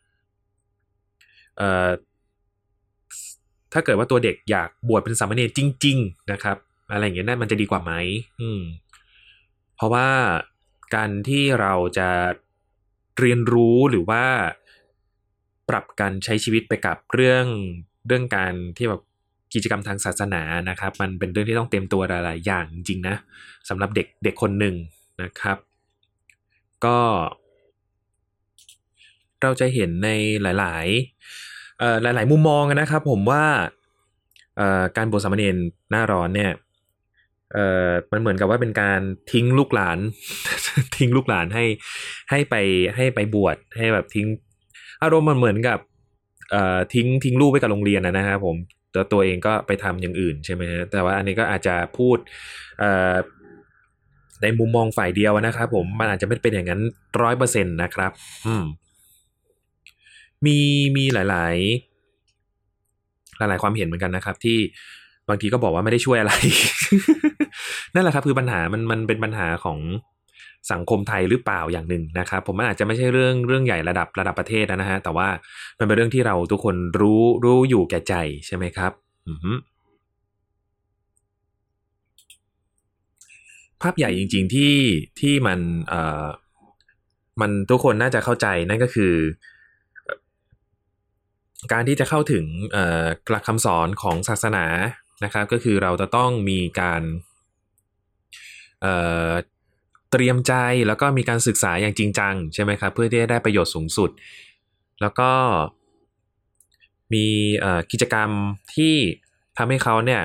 เอ่อ ถ้าเกิดว่าตัวเด็กอยากบวชเป็นสามเณรจริงๆนะครับอะไรอย่างเงี้ยนั่นมันจะดีกว่าไหมเพราะว่าการที่เราจะเรียนรู้หรือว่าปรับการใช้ชีวิตไปกับเรื่องการที่แบบกิจกรรมทางศาสนานะครับมันเป็นเรื่องที่ต้องเตรียมตัวหลายๆอย่างจริงๆนะสำหรับเด็กเด็กคนหนึ่งนะครับก็เราจะเห็นในหลายๆหลายๆมุมมองนะครับผมว่าการบวชสามเณรหน้าร้อนเนี่ยมันเหมือนกับว่าเป็นการทิ้งลูกหลานทิ้งลูกหลานให้ไปบวชให้แบบทิ้งอารมณ์มันเหมือนกับทิ้งลูกไปกับโรงเรียนนะครับผมตัวเองก็ไปทำอย่างอื่นใช่ไหมฮะแต่ว่าอันนี้ก็อาจจะพูดเอ่อในมุมมองฝ่ายเดียวนะครับผมมันอาจจะไม่เป็นอย่างนั้น100%นะครับมีมีหลายความเห็นเหมือนกันนะครับที่บางทีก็บอกว่าไม่ได้ช่วยอะไร นั่นแหละครับคือปัญหามันเป็นปัญหาของสังคมไทยหรือเปล่าอย่างหนึ่งนะครับผมมันอาจจะไม่ใช่เรื่องใหญ่ระดับประเทศนะฮะแต่ว่ามันเป็นเรื่องที่เราทุกคนรู้อยู่แก่ใจใช่ไหมครับภาพใหญ่จริงๆที่มันทุกคนน่าจะเข้าใจนั่นก็คือ การที่จะเข้าถึงหลักคำสอนของศาสนานะครับก็คือเราจะต้องมีการเอ่อเตรียมใจแล้วก็มีการศึกษาอย่างจริงจังใช่ไหมครับเพื่อที่จะได้ประโยชน์สูงสุดแล้วก็มีกิจกรรมที่ทำให้เขาเนี่ย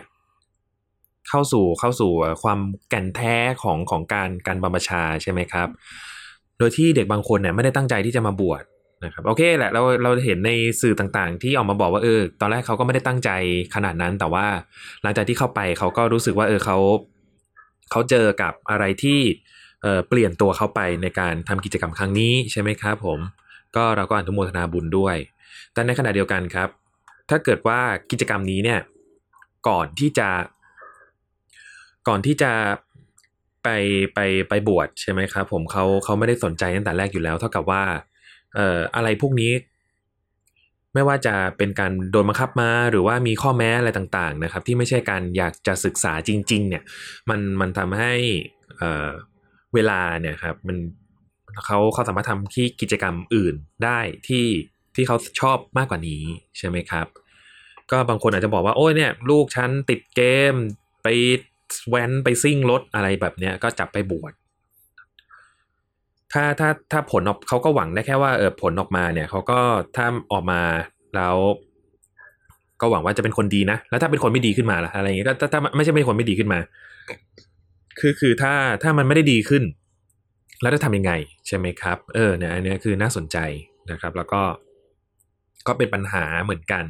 เข้าสู่ความแก่นแท้ของการบรรพชาใช่ไหมครับโดยที่เด็กบางคนเนี่ยไม่ได้ตั้งใจที่จะมาบวชนะครับโอเคแหละเราเห็นในสื่อต่างๆที่ออกมาบอกว่าตอนแรกเขาก็ไม่ได้ตั้งใจขนาดนั้นแต่ว่าหลังจากที่เข้าไปเขาก็รู้สึกว่าเขาเจอกับอะไรที่เปลี่ยนตัวเขาไปในการทำกิจกรรมครั้งนี้ใช่ไหมครับผมก็เราก็อนุโมทนาบุญด้วยแต่ในขณะเดียวกันครับถ้าเกิดว่ากิจกรรมนี้เนี่ยก่อนที่จะก่อนที่จะไปไปบวชใช่ไหมครับผมเขาไม่ได้สนใจตั้งแต่แรกอยู่แล้วเท่ากับว่าอะไรพวกนี้ไม่ว่าจะเป็นการโดนบังคับมาหรือว่ามีข้อแม้อะไรต่างๆนะครับที่ไม่ใช่การอยากจะศึกษาจริงๆเนี่ยมันทำให้เวลาเนี่ยครับเขาสามารถทำที่กิจกรรมอื่นได้ที่เขาชอบมากกว่านี้ใช่ไหมครับก็บางคนอาจจะบอกว่าโอ้ยเนี่ยลูกฉันติดเกมไปแว้นไปซิ่งรถอะไรแบบเนี้ยก็จับไปบวช ถ้าผลออกเขาก็หวังได้แค่ว่าผลออกมาเนี่ยเขาก็ถ้าออกมาแล้วก็หวังว่าจะเป็นคนดีนะแล้วถ้าเป็นคนไม่ดีขึ้นมาล่ะอะไรอย่างเงี้ยก็ถ้าไม่ใช่เป็นคนไม่ดีขึ้นมาคือถ้ามันไม่ได้ดีขึ้นแล้วจะทำยังไงใช่ไหมครับเนี่ยอันนี้คือน่าสนใจนะครับแล้วก็เป็นปัญหาเหมือนกัน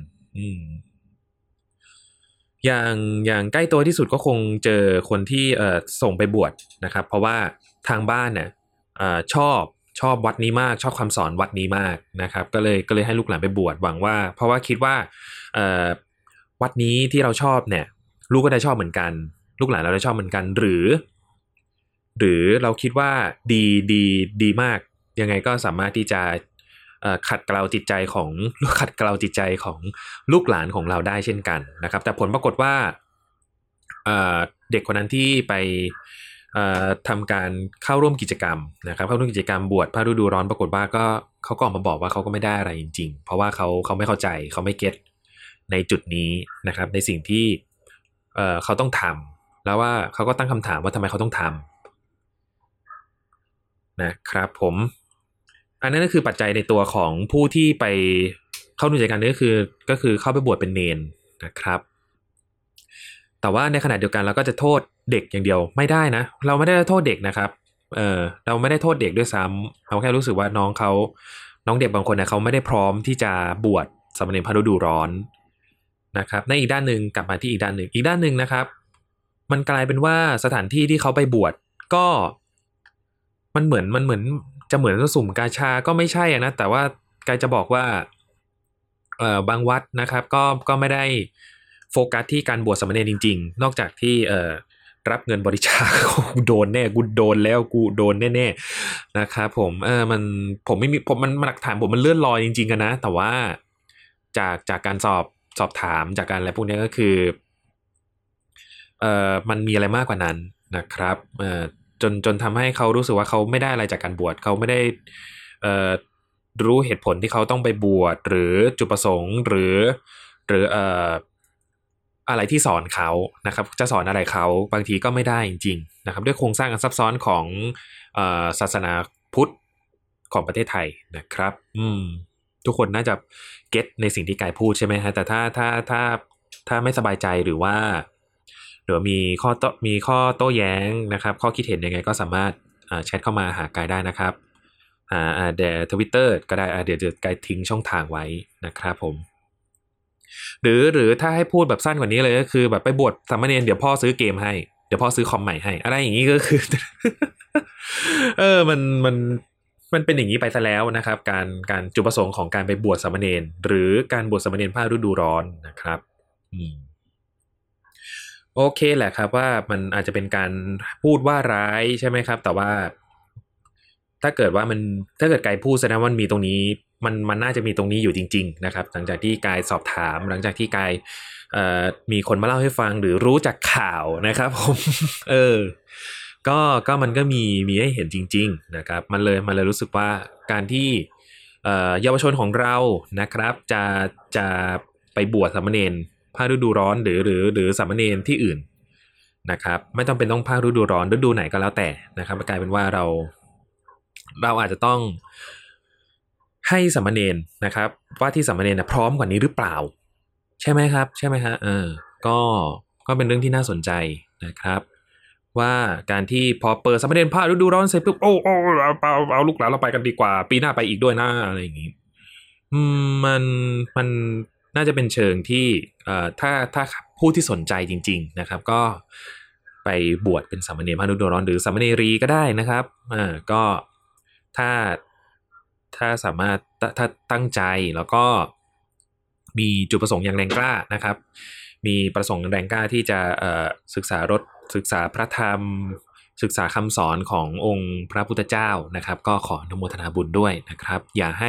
อย่างใกล้ตัวที่สุดก็คงเจอคนที่ส่งไปบวชนะครับเพราะว่าทางบ้านเนี่ยชอบวัดนี้มากชอบคำสอนวัดนี้มากนะครับก็เลยให้ลูกหลานไปบวชหวังว่าเพราะว่าคิดว่าวัดนี้ที่เราชอบเนี่ยลูกก็ได้ชอบเหมือนกันลูกหลานเราได้ชอบเหมือนกันหรือเราคิดว่าดีมากยังไงก็สามารถที่จะขัดเกลาจิตใจของลูกหลานของเราได้เช่นกันนะครับแต่ผลปรากฏว่าเด็กคนนั้นที่ไปทำการเข้าร่วมกิจกรรมนะครับเข้าร่วมกิจกรรมบวชพระฤดูร้อนปรากฏว่าเขาก็ออกมาบอกว่าเขาก็ไม่ได้อะไรจริงๆเพราะว่าเขาไม่เข้าใจเขาไม่เก็ตในจุดนี้นะครับในสิ่งที่เขาต้องทำแล้วว่าเขาก็ตั้งคำถามว่าทำไมเขาต้องทำนะครับผมอันนั้นก็คือปัจจัยในตัวของผู้ที่ไปเข้าร่วมกิจกรรมนี้ก็คือเข้าไปบวชเป็นเนนนะครับแต่ว่าในขณะเดียวกันเราก็จะโทษเด็กอย่างเดียวไม่ได้นะเราไม่ได้โทษเด็กนะครับเราไม่ได้โทษเด็กด้วยซ้ำเราแค่รู้สึกว่าน้องเด็กบางคนเนี่ยเขาไม่ได้พร้อมที่จะบวชสามเณรพระฤดูร้อนนะครับในอีกด้านหนึ่งกลับมาที่อีกด้านหนึ่งนะครับมันกลายเป็นว่าสถานที่ที่เขาไปบวชก็มันเหมือนจะเหมือนสุ่มกาชาก็ไม่ใช่นะแต่ว่ากายจะบอกว่าบางวัดนะครับก็ไม่ได้โฟกัสที่การบวชสามเณรจริงๆนอกจากที่รับเงินบริจาคกูโดนแน่กูโดนแล้วกูโดนแน่ๆนะครับผมไม่มีมันหลักฐานผมมันเลื่อนลอยจริงๆกันนะแต่ว่าจากการสอบถามจากการอะไรพวกนี้ก็คือมันมีอะไรมากกว่านั้นนะครับจนทำให้เขารู้สึกว่าเขาไม่ได้อะไรจากการบวชเขาไม่ได้รู้เหตุผลที่เขาต้องไปบวชหรือจุดประสงค์หรืออะไรที่สอนเขานะครับจะสอนอะไรเขาบางทีก็ไม่ได้จริงๆนะครับด้วยโครงสร้างอันซับซ้อนของศาสนาพุทธของประเทศไทยนะครับทุกคนน่าจะเก็ตในสิ่งที่กายพูดใช่ไหมฮะแต่ถ้าไม่สบายใจหรือว่ามีข้อโต้แย้งนะครับข้อคิดเห็นยังไงก็สามารถแชทเข้ามาหากายได้นะครับเดี๋ยว Twitter ก็ได้เดี๋ยวกายทิ้งช่องทางไว้นะครับผมหรือถ้าให้พูดแบบสั้นกว่านี้เลยก็คือแบบไปบวชสามเณรเดี๋ยวพ่อซื้อเกมให้เดี๋ยวพ่อซื้อคอมใหม่ให้อะไรอย่างนี้ก็คือ มันเป็นอย่างนี้ไปซะแล้วนะครับการจุดประสงค์ของการไปบวชสามเณรหรือการบวชสามเณรภาคฤดูร้อนนะครับโอเคแหละครับว่ามันอาจจะเป็นการพูดว่าร้ายใช่ไหมครับแต่ว่าถ้าเกิดกายพูดแสดงว่ามันมีตรงนี้มันน่าจะมีตรงนี้อยู่จริงๆนะครับหลังจากที่กายสอบถามหลังจากที่กายมีคนมาเล่าให้ฟังหรือรู้จากข่าวนะครับผมก็มันก็มีให้เห็นจริงๆนะครับมันเลยรู้สึกว่าการที่เยาวชนของเรานะครับจะไปบวชสามเณรภาคฤดูร้อนหรือสามเณรที่อื่นนะครับไม่จำเป็นต้องภาคฤดูร้อนฤดูไหนก็แล้วแต่นะครับกลายเป็นว่าเราอาจจะต้องให้สามเณรนะครับว่าที่สามเณรพร้อมกว่านี้หรือเปล่าใช่ไหมครับใช่ไหมฮะก็เป็นเรื่องที่น่าสนใจนะครับว่าการที่พอเปิดสามเณรภาคฤดูร้อนเสร็จปุ๊บเอาลูกหลานเราไปกันดีกว่าปีหน้าไปอีกด้วยนะอะไรอย่างนี้มันน่าจะเป็นเชิงที่ถ้าผู้ที่สนใจจริงๆนะครับก็ไปบวชเป็นสามเณรภาคฤดูร้อนหรือสามเณรีก็ได้นะครับก็ถ้าสามารถถ้าตั้งใจแล้วก็มีจุดประสงค์อย่างแรงกล้านะครับมีประสงค์แรงกล้าที่จะศึกษาพระธรรมศึกษาคำสอนขององค์พระพุทธเจ้านะครับก็ขออนุโมทนาบุญด้วยนะครับอย่าให้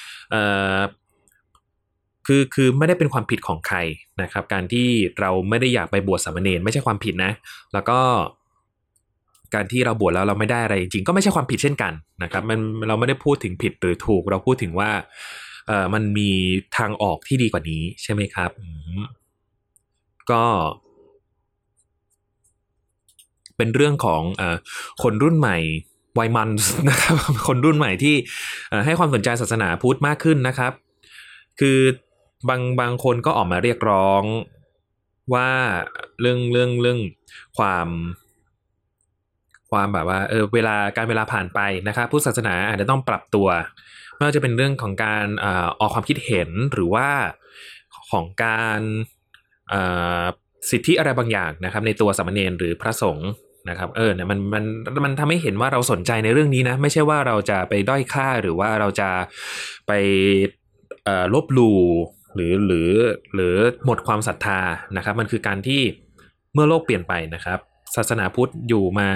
คือไม่ได้เป็นความผิดของใครนะครับการที่เราไม่ได้อยากไปบวชสามเณรไม่ใช่ความผิดนะแล้วก็การที่เราบวชแล้วเราไม่ได้อะไรจริงก็ไม่ใช่ความผิดเช่นกันนะครับเราไม่ได้พูดถึงผิดหรือถูกเราพูดถึงว่ามันมีทางออกที่ดีกว่านี้ใช่ไหมครับก็เป็นเรื่องของคนรุ่นใหม่วัยมันนะครับคนรุ่นใหม่ที่ให้ความสนใจศาสนาพุทธมากขึ้นนะครับคือบางคนก็ออกมาเรียกร้องว่าเรื่องความแบบว่าเวลาผ่านไปนะครับพุทธศาสนาอาจจะต้องปรับตัวไม่ว่าจะเป็นเรื่องของการออกความคิดเห็นหรือว่าของการสิทธิอะไรบางอย่างนะครับในตัวสามเณรหรือพระสงฆ์นะครับเนี่ยมันทำให้เห็นว่าเราสนใจในเรื่องนี้นะไม่ใช่ว่าเราจะไปด้อยค่าหรือว่าเราจะไปลบหลู่หรือหมดความศรัทธานะครับมันคือการที่เมื่อโลกเปลี่ยนไปนะครับศาสนาพุทธอยู่มา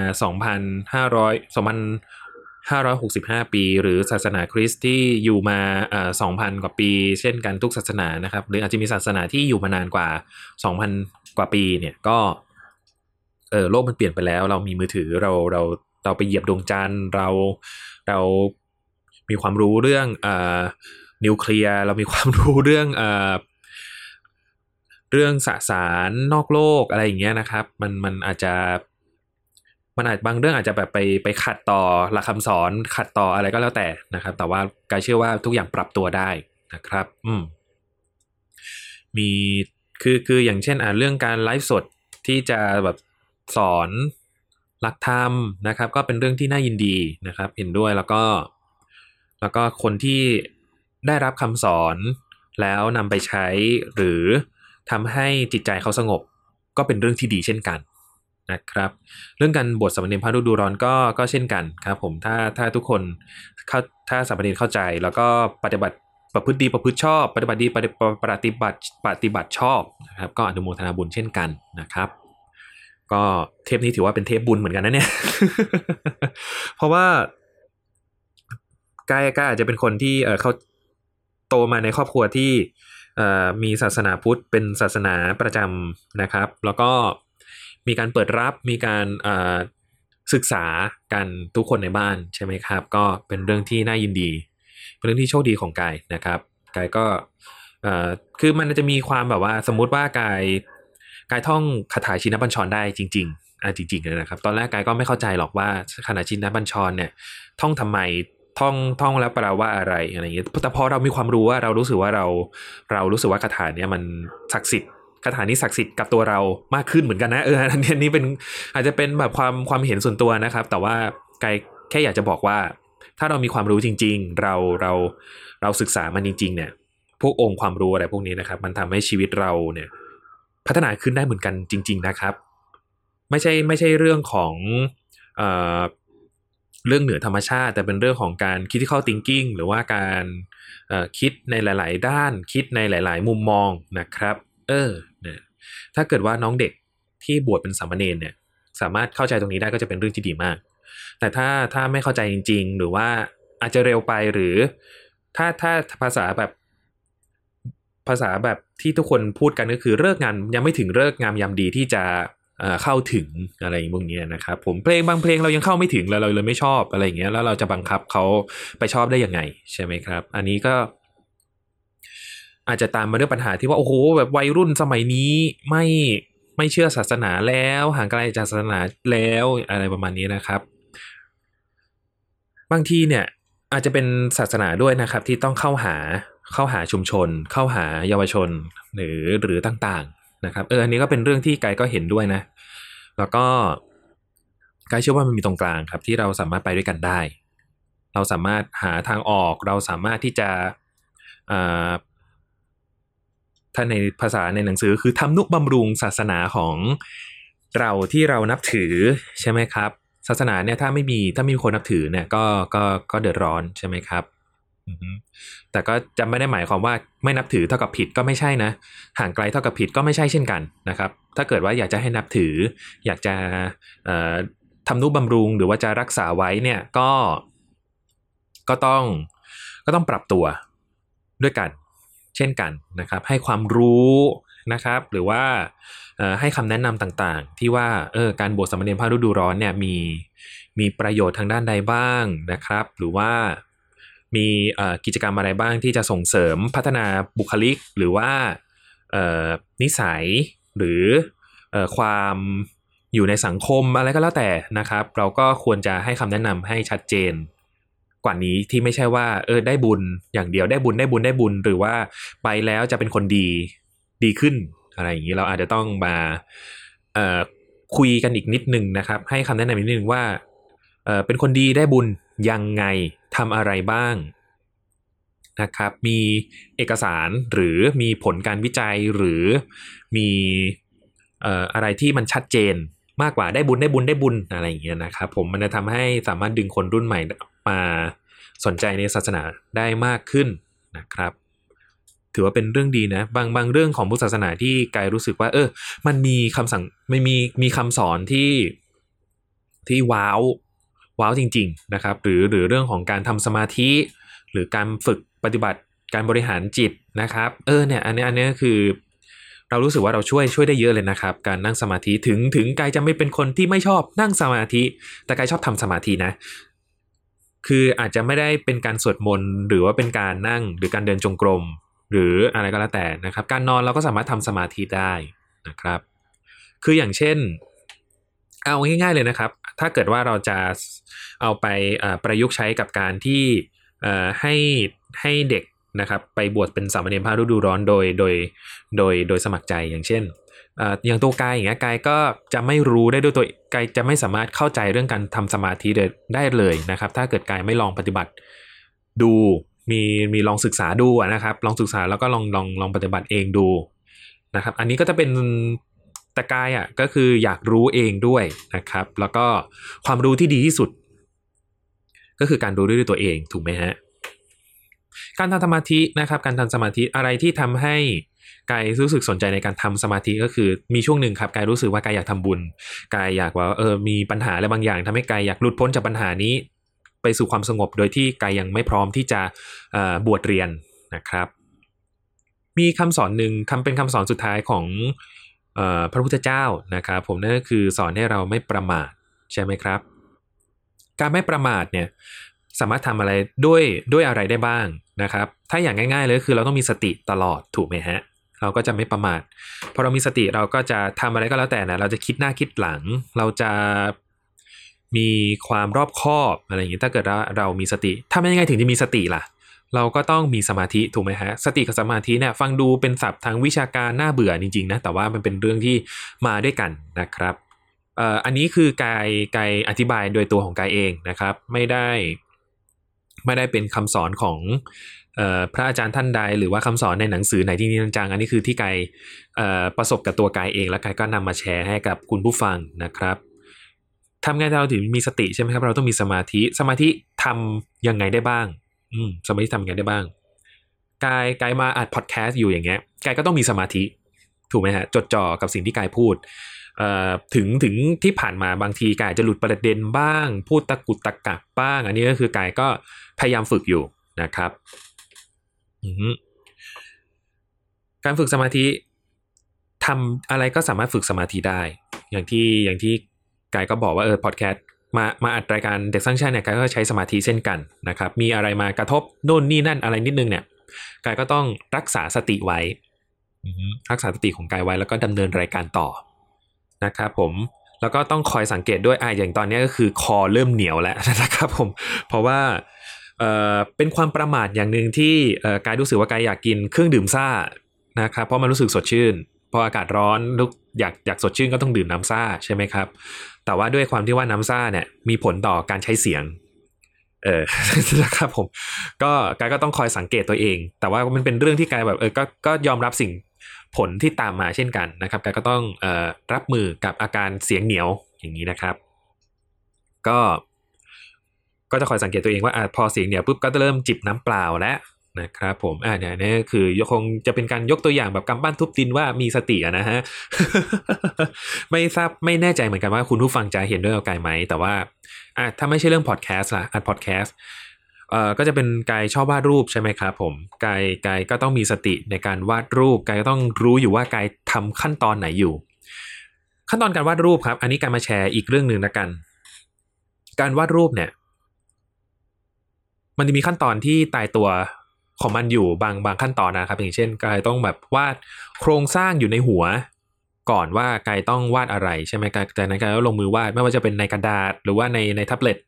2,565 ปีหรือศาสนาคริสต์ที่อยู่มา2,000 กว่าปีเช่นกันทุกศาสนานะครับหรืออาจจะมีศาสนาที่อยู่มานานกว่า 2,000 กว่าปีเนี่ยก็โลกมันเปลี่ยนไปแล้วเรามีมือถือเราไปเหยียบดวงจันทร์เรามีความรู้เรื่องนิวเคลียร์เรามีความรู้เรื่องสสารนอกโลกอะไรอย่างเงี้ยนะครับมันอาจบางเรื่องอาจจะแบบไปขัดต่อหลักคำสอนขัดต่ออะไรก็แล้วแต่นะครับแต่ว่ากายเชื่อว่าทุกอย่างปรับตัวได้นะครับมีคืออย่างเช่นเรื่องการไลฟ์สดที่จะแบบสอนหลักธรรมนะครับก็เป็นเรื่องที่น่ายินดีนะครับเห็นด้วยแล้วก็คนที่ได้รับคำสอนแล้วนำไปใช้หรือทำให้จิตใจเขาสงบก็เป็นเรื่องที่ดีเช่นกันนะครับเรื่องการบวชสามเณรพระฤดูร้อนก็เช่นกันครับผมถ้าทุกคนถ้าสามเณรเข้าใจแล้วก็ปฏิบัติประพฤติดีประพฤติชอบปฏิบัติดีปฏิบัติชอบนะครับก็อนุโมทนาบุญเช่นกันนะครับก็เทปนี้ถือว่าเป็นเทปบุญเหมือนกันนะเนี่ย เพราะว่ากายอาจจะเป็นคนที่เขาโตมาในครอบครัวที่มีศาสนาพุทธเป็นศาสนาประจำนะครับแล้วก็มีการเปิดรับมีการศึกษากันทุกคนในบ้านใช่ไหมครับก็เป็นเรื่องที่น่ายินดีเป็นเรื่องที่โชคดีของกายนะครับกายก็คือมันจะมีความแบบว่าสมมุติว่ากายท่องคาถาชินบัญชรได้จริงๆจริงๆเลยนะครับตอนแรกกายก็ไม่เข้าใจหรอกว่าคาถาชินบัญชรเนี่ยท่องทำไมท่องแล้วแปลว่าอะไรอย่างเงี้ยแต่พอเรามีความรู้ว่าเรารู้สึกว่าเรารู้สึกว่าคาถาเนี้ยมันศักดิ์สิทธิ์คาถานี้ศักดิ์สิทธิ์กับตัวเรามากขึ้นเหมือนกันนะอันนี้เป็นอาจจะเป็นแบบความเห็นส่วนตัวนะครับแต่ว่ากายแค่อยากจะบอกว่าถ้าเรามีความรู้จริงๆเราศึกษามันจริงๆเนี่ยพวกองค์ความรู้อะไรพวกนี้นะครับมันทำให้ชีวิตเราเนี่ยพัฒนาขึ้นได้เหมือนกันจริงๆนะครับไม่ใช่เรื่องของเรื่องเหนือธรรมชาติแต่เป็นเรื่องของการ critical thinking หรือว่าการคิดในหลายๆด้านคิดในหลายๆมุมมองนะครับเนี่ยถ้าเกิดว่าน้องเด็กที่บวชเป็นสามเณรเนี่ยสามารถเข้าใจตรงนี้ได้ก็จะเป็นเรื่องที่ดีมากแต่ถ้าไม่เข้าใจจริงๆหรือว่าอาจจะเร็วไปหรือถ้าภาษาแบบที่ทุกคนพูดกันก็คือเลิกงานยังไม่ถึงเลิกงามยามดีที่จะเข้าถึงอะไรพวกนี้นะครับผมเพลงบางเพลงเรายังเข้าไม่ถึงแล้วเราเลยไม่ชอบอะไรอย่างเงี้ยแล้วเราจะบังคับเขาไปชอบได้ยังไงใช่ไหมครับอันนี้ก็อาจจะตามมาด้วยปัญหาที่ว่าโอ้โหแบบวัยรุ่นสมัยนี้ไม่เชื่อศาสนาแล้วห่างไกลจากศาสนาแล้วอะไรประมาณนี้นะครับบางทีเนี่ยอาจจะเป็นศาสนาด้วยนะครับที่ต้องเข้าหาชุมชนเข้าหาเยาวชนหรือต่างๆนะครับอันนี้ก็เป็นเรื่องที่ไกก็เห็นด้วยนะแล้วก็ไกเชื่อว่ามันมีตรงกลางครับที่เราสามารถไปด้วยกันได้เราสามารถหาทางออกเราสามารถที่จะถ้าในภาษาในหนังสือคือทำนุบำรุงศาสนาของเราที่เรานับถือใช่ไหมครับศาสนาเนี่ยถ้าไม่มีคนนับถือเนี่ยก็เดือดร้อนใช่ไหมครับแต่ก็จะไม่ได้หมายความว่าไม่นับถือเท่ากับผิดก็ไม่ใช่นะห่างไกลเท่ากับผิดก็ไม่ใช่เช่นกันนะครับถ้าเกิดว่าอยากจะให้นับถืออยากจะทำนุบำรุงหรือว่าจะรักษาไว้เนี่ยก็ต้องปรับตัวด้วยกันเช่นกันนะครับให้ความรู้นะครับหรือว่าให้คำแนะนำต่างๆที่ว่าการบวชสามเณรภาคฤดูร้อนเนี่ยมีประโยชน์ทางด้านใดบ้างนะครับหรือว่ามีกิจกรรมอะไรบ้างที่จะส่งเสริมพัฒนาบุคลิกหรือว่านิสัยหรือความอยู่ในสังคมอะไรก็แล้วแต่นะครับเราก็ควรจะให้คำแนะนำให้ชัดเจนกว่านี้ที่ไม่ใช่ว่าได้บุญอย่างเดียวได้บุญหรือว่าไปแล้วจะเป็นคนดีขึ้นอะไรอย่างนี้เราอาจจะต้องมาคุยกันอีกนิดนึงนะครับให้คำแนะนำนิดนึงว่าเป็นคนดีได้บุญยังไงทำอะไรบ้างนะครับมีเอกสารหรือมีผลการวิจัยหรือมีอะไรที่มันชัดเจนมากกว่าได้บุญอะไรอย่างเงี้ยนะครับผมมันจะทำให้สามารถดึงคนรุ่นใหม่มาสนใจในศาสนาได้มากขึ้นนะครับถือว่าเป็นเรื่องดีนะบางเรื่องของพุทธศาสนาที่กายรู้สึกว่ามันมีคำสั่งไม่มีคำสอนที่ว้าวจริงๆนะครับหรือเรื่องของการทำสมาธิหรือการฝึกปฏิบัติการบริหารจิตนะครับเนี่ยอันนี้คือเรารู้สึกว่าเราช่วยได้เยอะเลยนะครับการนั่งสมาธิถึงกายจะไม่เป็นคนที่ไม่ชอบนั่งสมาธิแต่กายชอบทำสมาธินะคืออาจจะไม่ได้เป็นการสวดมนต์หรือว่าเป็นการนั่งหรือการเดินจงกรมหรืออะไรก็แล้วแต่นะครับการนอนเราก็สามารถทำสมาธิได้นะครับคืออย่างเช่นเอาง่ายๆเลยนะครับถ้าเกิดว่าเราจะเอาไปประยุกต์ใช้กับการที่ให้เด็กนะครับไปบวชเป็นสามเณรภาคฤดูร้อนโดยสมัครใจอย่างเช่นอย่างตัวกายอย่างเงี้ยกายก็จะไม่รู้ได้ด้วยตัวกายจะไม่สามารถเข้าใจเรื่องการทำสมาธิได้เลยนะครับถ้าเกิดกายไม่ลองปฏิบัติดูมีลองศึกษาดูนะครับลองศึกษาแล้วก็ลองปฏิบัติเองดูนะครับอันนี้ก็จะเป็นแต่กายก็คืออยากรู้เองด้วยนะครับแล้วก็ความรู้ที่ดีที่สุดก็คือการรู้ด้วยตัวเองถูกไหมฮะการทำสมาธินะครับการทำสมาธิอะไรที่ทำให้กายรู้สึกสนใจในการทำสมาธิก็คือมีช่วงหนึ่งครับกายรู้สึกว่ากายอยากทำบุญกายอยากว่ามีปัญหาอะไรบางอย่างทำให้กายอยากหลุดพ้นจากปัญหานี้ไปสู่ความสงบโดยที่กายยังไม่พร้อมที่จะบวชเรียนนะครับมีคำสอนหนึ่งเป็นคำสอนสุดท้ายของพระพุทธเจ้านะครับผมนั่นก็คือสอนให้เราไม่ประมาทใช่ไหมครับการไม่ประมาทเนี่ยสามารถทำอะไรด้วยอะไรได้บ้างนะครับถ้าอย่างง่ายๆเลยคือเราต้องมีสติตลอดถูกไหมฮะเราก็จะไม่ประมาทพอเรามีสติเราก็จะทำอะไรก็แล้วแต่นะเราจะคิดหน้าคิดหลังเราจะมีความรอบคอบอะไรอย่างนี้ถ้าเกิดเรามีสติทำยังไงถึงจะมีสติล่ะเราก็ต้องมีสมาธิถูกไหมฮะสติกับสมาธิเนี่ยฟังดูเป็นศัพท์ทางวิชาการน่าเบื่อจริงๆนะแต่ว่ามันเป็นเรื่องที่มาด้วยกันนะครับอันนี้คือกายอธิบายโดยตัวของกายเองนะครับไม่ได้เป็นคำสอนของพระอาจารย์ท่านใดหรือว่าคำสอนในหนังสือไหนที่นี่จังอันนี้คือที่กายประสบกับตัวกายเองแล้วกายก็นำมาแชร์ให้กับคุณผู้ฟังนะครับทำไงเราถึงมีสติใช่ไหมครับเราต้องมีสมาธิทำยังไงได้บ้างสมาธิทำยังไงได้บ้างกายมาอัดพอดแคสต์อยู่อย่างเงี้ยกายก็ต้องมีสมาธิถูกไหมฮะจดจ่อกับสิ่งที่กายพูดถึงที่ผ่านมาบางทีกายจะหลุดประเด็นบ้างพูดตะกุกตะกักบ้างอันนี้ก็คือกายก็พยายามฝึกอยู่นะครับการฝึกสมาธิทำอะไรก็สามารถฝึกสมาธิได้อย่างที่กายก็บอกว่าพอดแคสต์มาอัดรายการเด็กสร้างชาติเนี่ยกายก็ใช้สมาธิเช่นกันนะครับมีอะไรมากระทบโน่นนี่นั่นอะไรนิดนึงเนี่ยกายก็ต้องรักษาสติไว้รักษาสติของกายไว้แล้วก็ดำเนินรายการต่อนะครับผมแล้วก็ต้องคอยสังเกตด้วยอย่างตอนนี้ก็คือคอเริ่มเหนียวแล้วนะครับผมเพราะว่าเป็นความประมาทอย่างหนึ่งที่กายรู้สึกว่ากายอยากกินเครื่องดื่มซ่านะครับเพราะมันรู้สึกสดชื่นพออากาศร้อนอยากสดชื่นก็ต้องดื่มน้ำซ่าใช่ไหมครับแต่ว่าด้วยความที่ว่าน้ำซ่าเนี่ยมีผลต่อการใช้เสียงนะครับผมกายก็ต้องคอยสังเกตตัวเองแต่ว่ามันเป็นเรื่องที่กายแบบก็ยอมรับสิ่งผลที่ตามมาเช่นกันนะครับกายก็ต้องรับมือกับอาการเสียงเหนียวอย่างนี้นะครับก็จะคอยสังเกตตัวเองว่าพอเสียงเหนียวปุ๊บก็จะเริ่มจิบน้ำเปล่าแล้วนะครับผมเนี่ยนี่คือคงจะเป็นการยกตัวอย่างแบบกำปั้นทุบดินว่ามีสตินะฮะ ไม่แน่ใจเหมือนกันว่าคุณผู้ฟังจะเห็นด้วยกับกายไหมแต่ว่าถ้าไม่ใช่เรื่องพอดแคสต์ล่ะอัดพอดแคสต์ก็จะเป็นกายชอบวาดรูปใช่ไหมครับผมกายก็ต้องมีสติในการวาดรูปกายก็ต้องรู้อยู่ว่ากายทำขั้นตอนไหนอยู่ขั้นตอนการวาดรูปครับอันนี้กายมาแชร์อีกเรื่องนึงนะกันการวาดรูปเนี่ยมันจะมีขั้นตอนที่ตายตัวของมันอยู่บางขั้นตอนนะครับอย่างเช่นกายต้องแบบวาดโครงสร้างอยู่ในหัวก่อนว่ากายต้องวาดอะไรใช่ไหมกายจากนั้นกายก็ลงมือวาดไม่ว่าจะเป็นในกระดาษหรือว่าในแท็บเล็ต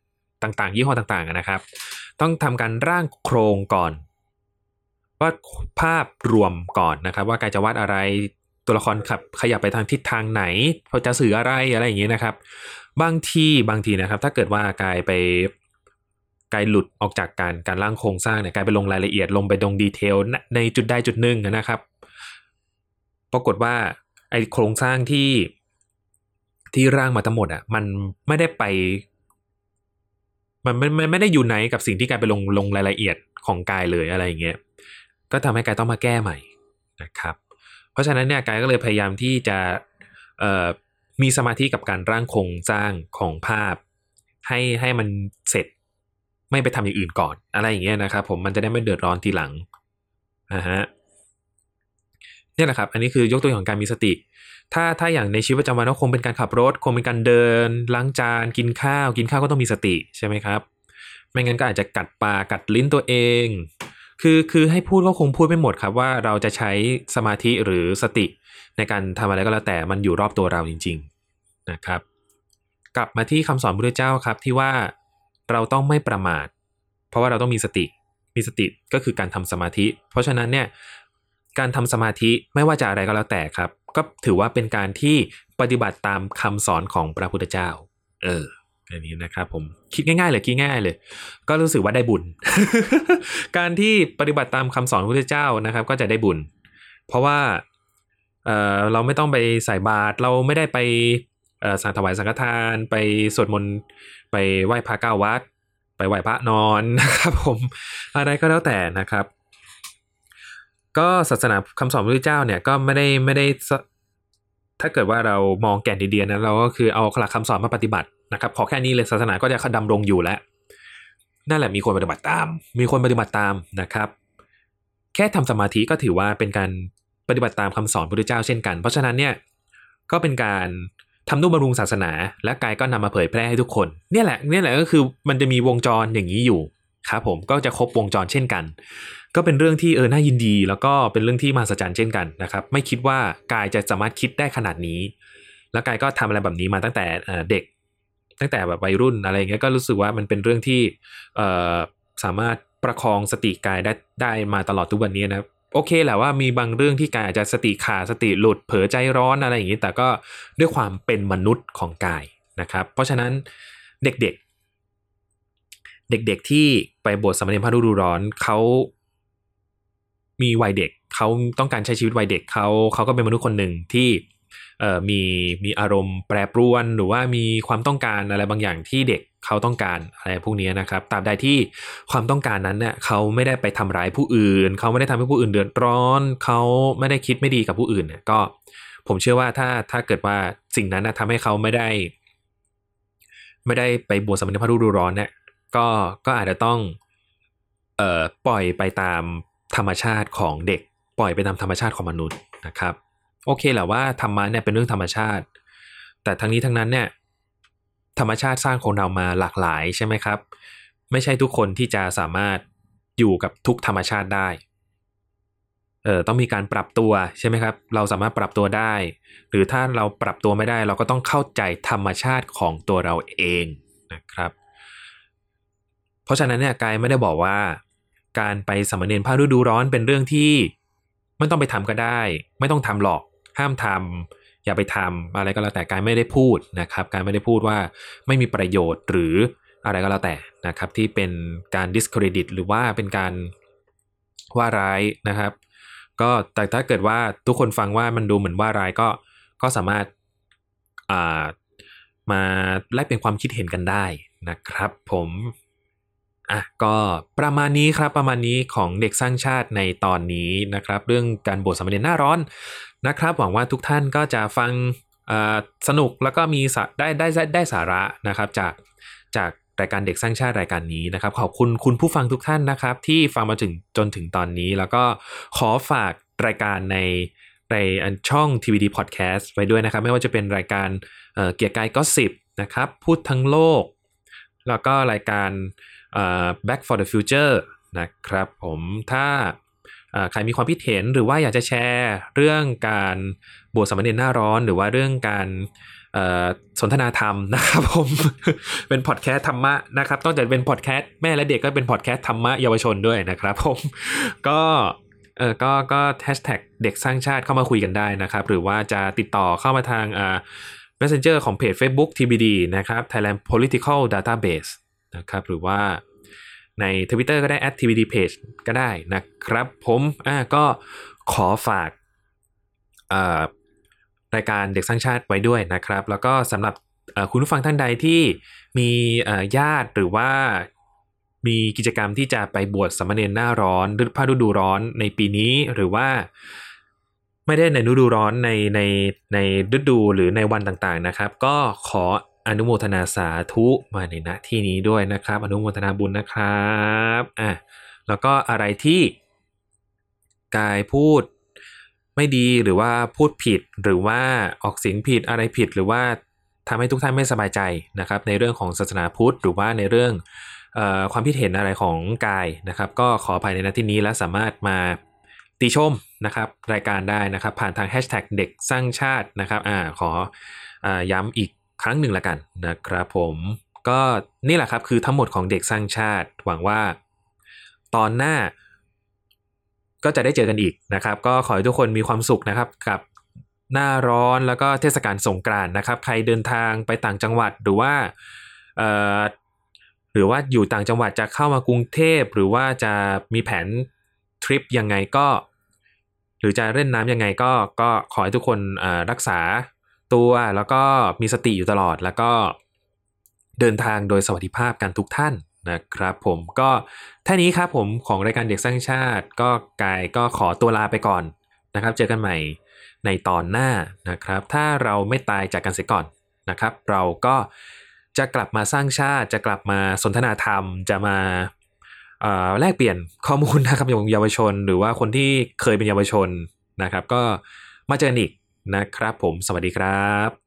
ต่างๆยี่ห้อต่างๆนะครับต้องทำการร่างโครงก่อนวาดภาพรวมก่อนนะครับว่ากายจะวาดอะไรตัวละครขับขยับไปทางทิศทางไหนพอจะสื่ออะไรอย่างนี้นะครับบางทีนะครับถ้าเกิดว่ากายหลุดออกจากการร่างโครงสร้างเนี่ยกายไปลงรายละเอียดลงไปลงดีเทลในจุดใดจุดหนึ่งนะครับปรากฏว่าไอโครงสร้างที่ร่างมาทั้งหมดอ่ะมันไม่ได้ไปมันไม่ได้อยู่ไหนกับสิ่งที่กายไปลงรายละเอียดของกายเลยอะไรอย่างเงี้ยก็ทำให้กายต้องมาแก้ใหม่นะครับเพราะฉะนั้นเนี่ยกายก็เลยพยายามที่จะมีสมาธิกับการร่างโครงสร้างของภาพให้มันเสร็จไม่ไปทำอย่างอื่นก่อนอะไรอย่างเงี้ยนะครับผมมันจะได้ไม่เดือดร้อนทีหลังฮะเนี่ยแหละครับอันนี้คือยกตัวอย่างของการมีสติถ้าอย่างในชีวิตประจำวันก็คงเป็นการขับรถคงเป็นการเดินล้างจานกินข้าวก็ต้องมีสติใช่ไหมครับไม่งั้นก็อาจจะกัดปากกัดลิ้นตัวเองคือให้พูดก็คงพูดไม่หมดครับว่าเราจะใช้สมาธิหรือสติในการทำอะไรก็แล้วแต่มันอยู่รอบตัวเราจริงๆนะครับกลับมาที่คำสอนพระพุทธเจ้าครับที่ว่าเราต้องไม่ประมาทเพราะว่าเราต้องมีสติก็คือการทำสมาธิเพราะฉะนั้นเนี่ยการทำสมาธิไม่ว่าจะอะไรก็แล้วแต่ครับก็ถือว่าเป็นการที่ปฏิบัติตามคำสอนของพระพุทธเจ้าอันนี้นะครับผมคิดง่ายๆเลยก็รู้สึกว่าได้บุญ การที่ปฏิบัติตามคำสอนพระพุทธเจ้านะครับก็จะได้บุญเพราะว่าเราไม่ต้องไปใส่บาตรเราไม่ได้ไปสั่งถวายสังฆทานไปสวดมนต์ไปไหว้พระ9 วัดไปไหว้พระนอนนะครับผมอะไรก็แล้วแต่นะครับก็ศาสนาคำสอนพระพุทธเจ้าเนี่ยก็ไม่ได้ถ้าเกิดว่าเรามองแก่นดีๆนะเราก็คือเอาหลักคำสอนมาปฏิบัตินะครับขอแค่นี้เลยศาสนาก็จะดำรงอยู่แล้วนั่นแหละมีคนปฏิบัติตามนะครับแค่ทำสมาธิก็ถือว่าเป็นการปฏิบัติตามคำสอนพระพุทธเจ้าเช่นกันเพราะฉะนั้นเนี่ยก็เป็นการทำนุบำรุงศาสนาและกายก็นำมาเผยแพร่ให้ทุกคนเนี่ยแหละก็คือมันจะมีวงจรอย่างนี้อยู่ครับผมก็จะครบวงจรเช่นกันก็เป็นเรื่องที่น่ายินดีแล้วก็เป็นเรื่องที่มหัศจรรย์เช่นกันนะครับไม่คิดว่ากายจะสามารถคิดได้ขนาดนี้แล้วกายก็ทำอะไรแบบนี้มาตั้งแต่เด็กตั้งแต่แบบวัยรุ่นอะไรเงี้ยก็รู้สึกว่ามันเป็นเรื่องที่สามารถประคองสติกายได้มาตลอดทุกวันนี้นะโอเคแหละว่ามีบางเรื่องที่กายอาจจะสติขาดสติหลุดเผลอใจร้อนอะไรอย่างนี้แต่ก็ด้วยความเป็นมนุษย์ของกายนะครับเพราะฉะนั้นเด็กที่ไปบวชสามเณรพระฤดูร้อนเขามีวัยเด็กเขาต้องการใช้ชีวิตวัยเด็กเขาก็เป็นมนุษย์คนหนึ่งที่มีอารมณ์แปรปรวนหรือว่ามีความต้องการอะไรบางอย่างที่เด็กเขาต้องการอะไรพวกนี้นะครับตราบใดที่ความต้องการนั้นเนี่ยเขาไม่ได้ไปทำร้ายผู้อื่นเขาไม่ได้ทำให้ผู้อื่นเดือดร้อนเขาไม่ได้คิดไม่ดีกับผู้อื่นเนี่ยก็ผมเชื่อว่าถ้าเกิดว่าสิ่งนั้นทำให้เขาไม่ได้ไปบวชสามเณรพระฤดูร้อนเนี่ยก็อาจจะต้องปล่อยไปตามธรรมชาติของเด็กปล่อยไปตามธรรมชาติของมนุษย์นะครับโอเคแหละว่าธรรมะเนี่ยเป็นเรื่องธรรมชาติแต่ทั้งนี้ทั้งนั้นเนี่ยธรรมชาติสร้างคนเรามาหลากหลายใช่ไหมครับไม่ใช่ทุกคนที่จะสามารถอยู่กับทุกธรรมชาติได้ต้องมีการปรับตัวใช่ไหมครับเราสามารถปรับตัวได้หรือถ้าเราปรับตัวไม่ได้เราก็ต้องเข้าใจธรรมชาติของตัวเราเองนะครับเพราะฉะนั้นเนี่ยกายไม่ได้บอกว่าการไปสามเณรพระฤดูร้อนเป็นเรื่องที่ไม่ต้องไปทำก็ได้ไม่ต้องทำหรอกห้ามทำอย่าไปทำอะไรก็แล้วแต่กายไม่ได้พูดนะครับกายไม่ได้พูดว่าไม่มีประโยชน์หรืออะไรก็แล้วแต่นะครับที่เป็นการ discredit หรือว่าเป็นการว่าร้ายนะครับก็แต่ถ้าเกิดว่าทุกคนฟังว่ามันดูเหมือนว่าร้ายก็สามารถมาแลกเปลี่ยนความคิดเห็นกันได้นะครับผมก็ประมาณนี้ครับประมาณนี้ของเด็กสร้างชาติในตอนนี้นะครับเรื่องการบวชสามเณรหน้าร้อนนะครับหวังว่าทุกท่านก็จะฟังสนุกแล้วก็มีได้สาระนะครับจากรายการเด็กสร้างชาติรายการนี้นะครับขอบคุณคุณผู้ฟังทุกท่านนะครับที่ฟังมาจนถึงตอนนี้แล้วก็ขอฝากรายการในช่อง TVD Podcast ไว้ด้วยนะครับไม่ว่าจะเป็นรายการเกียร์กายก็สิบนะครับพูดทั้งโลกแล้วก็รายการBack for the Future นะครับผมถ้าใครมีความคิดเห็นหรือว่าอยากจะแชร์เรื่องการบวชสามเณรหน้าร้อนหรือว่าเรื่องการสนทนาธรรมนะครับผม เป็นพอดแคสต์ธรรมะนะครับต้องจะเป็นพอดแคสต์แม่และเด็กก็เป็นพอดแคสต์ธรรมะเยาวชนด้วยนะครับผม ก็ก็แฮชแท็กเด็กสร้างชาติเข้ามาคุยกันได้นะครับหรือว่าจะติดต่อเข้ามาทางMessenger ของเพจ Facebook TBD นะครับ Thailand Political Database นะครับหรือว่าใน Twitter ก็ได้ @tbdpage ก็ได้นะครับผมก็ขอฝากรายการเด็กสร้างชาติไว้ด้วยนะครับแล้วก็สำหรับคุณผู้ฟังท่านใดที่มีญาติหรือว่ามีกิจกรรมที่จะไปบวชสามเณรหน้าร้อนฤดูร้อนในปีนี้หรือว่าไม่ได้ในฤดูร้อนในฤดูหรือในวันต่างๆนะครับก็ขออนุโมทนาสาธุมาในณที่นี้ด้วยนะครับอนุโมทนาบุญนะครับแล้วก็อะไรที่กายพูดไม่ดีหรือว่าพูดผิดหรือว่าออกเสียงผิดอะไรผิดหรือว่าทำให้ทุกท่านไม่สบายใจนะครับในเรื่องของศาสนาพุทธหรือว่าในเรื่องความคิดเห็นอะไรของกายนะครับก็ขออภัยในณที่นี้และสามารถมาติชมนะครับรายการได้นะครับผ่านทางแฮชแท็กเด็กสร้างชาตินะครับขอย้ำอีกครั้งหนึ่งละกันนะครับผมก็นี่แหละครับคือทั้งหมดของเด็กสร้างชาติหวังว่าตอนหน้าก็จะได้เจอกันอีกนะครับก็ขอให้ทุกคนมีความสุขนะครับกับหน้าร้อนแล้วก็เทศกาลสงกรานต์นะครับใครเดินทางไปต่างจังหวัดหรือว่าอยู่ต่างจังหวัดจะเข้ามากรุงเทพหรือว่าจะมีแผนทริปยังไงก็หรือจะเล่นน้ำยังไงก็ขอให้ทุกคนรักษาตัวแล้วก็มีสติอยู่ตลอดแล้วก็เดินทางโดยสวัสดิภาพกันทุกท่านนะครับผมก็แค่นี้ครับผมของรายการเด็กสร้างชาติก็กายก็ขอตัวลาไปก่อนนะครับเจอกันใหม่ในตอนหน้านะครับถ้าเราไม่ตายจากกันเสียก่อนนะครับเราก็จะกลับมาสร้างชาติจะกลับมาสนทนาธรรมจะมาแลกเปลี่ยนข้อมูลนะครับของเยาวชนหรือว่าคนที่เคยเป็นเยาวชนนะครับก็มาเจอกันอีกนะครับผมสวัสดีครับ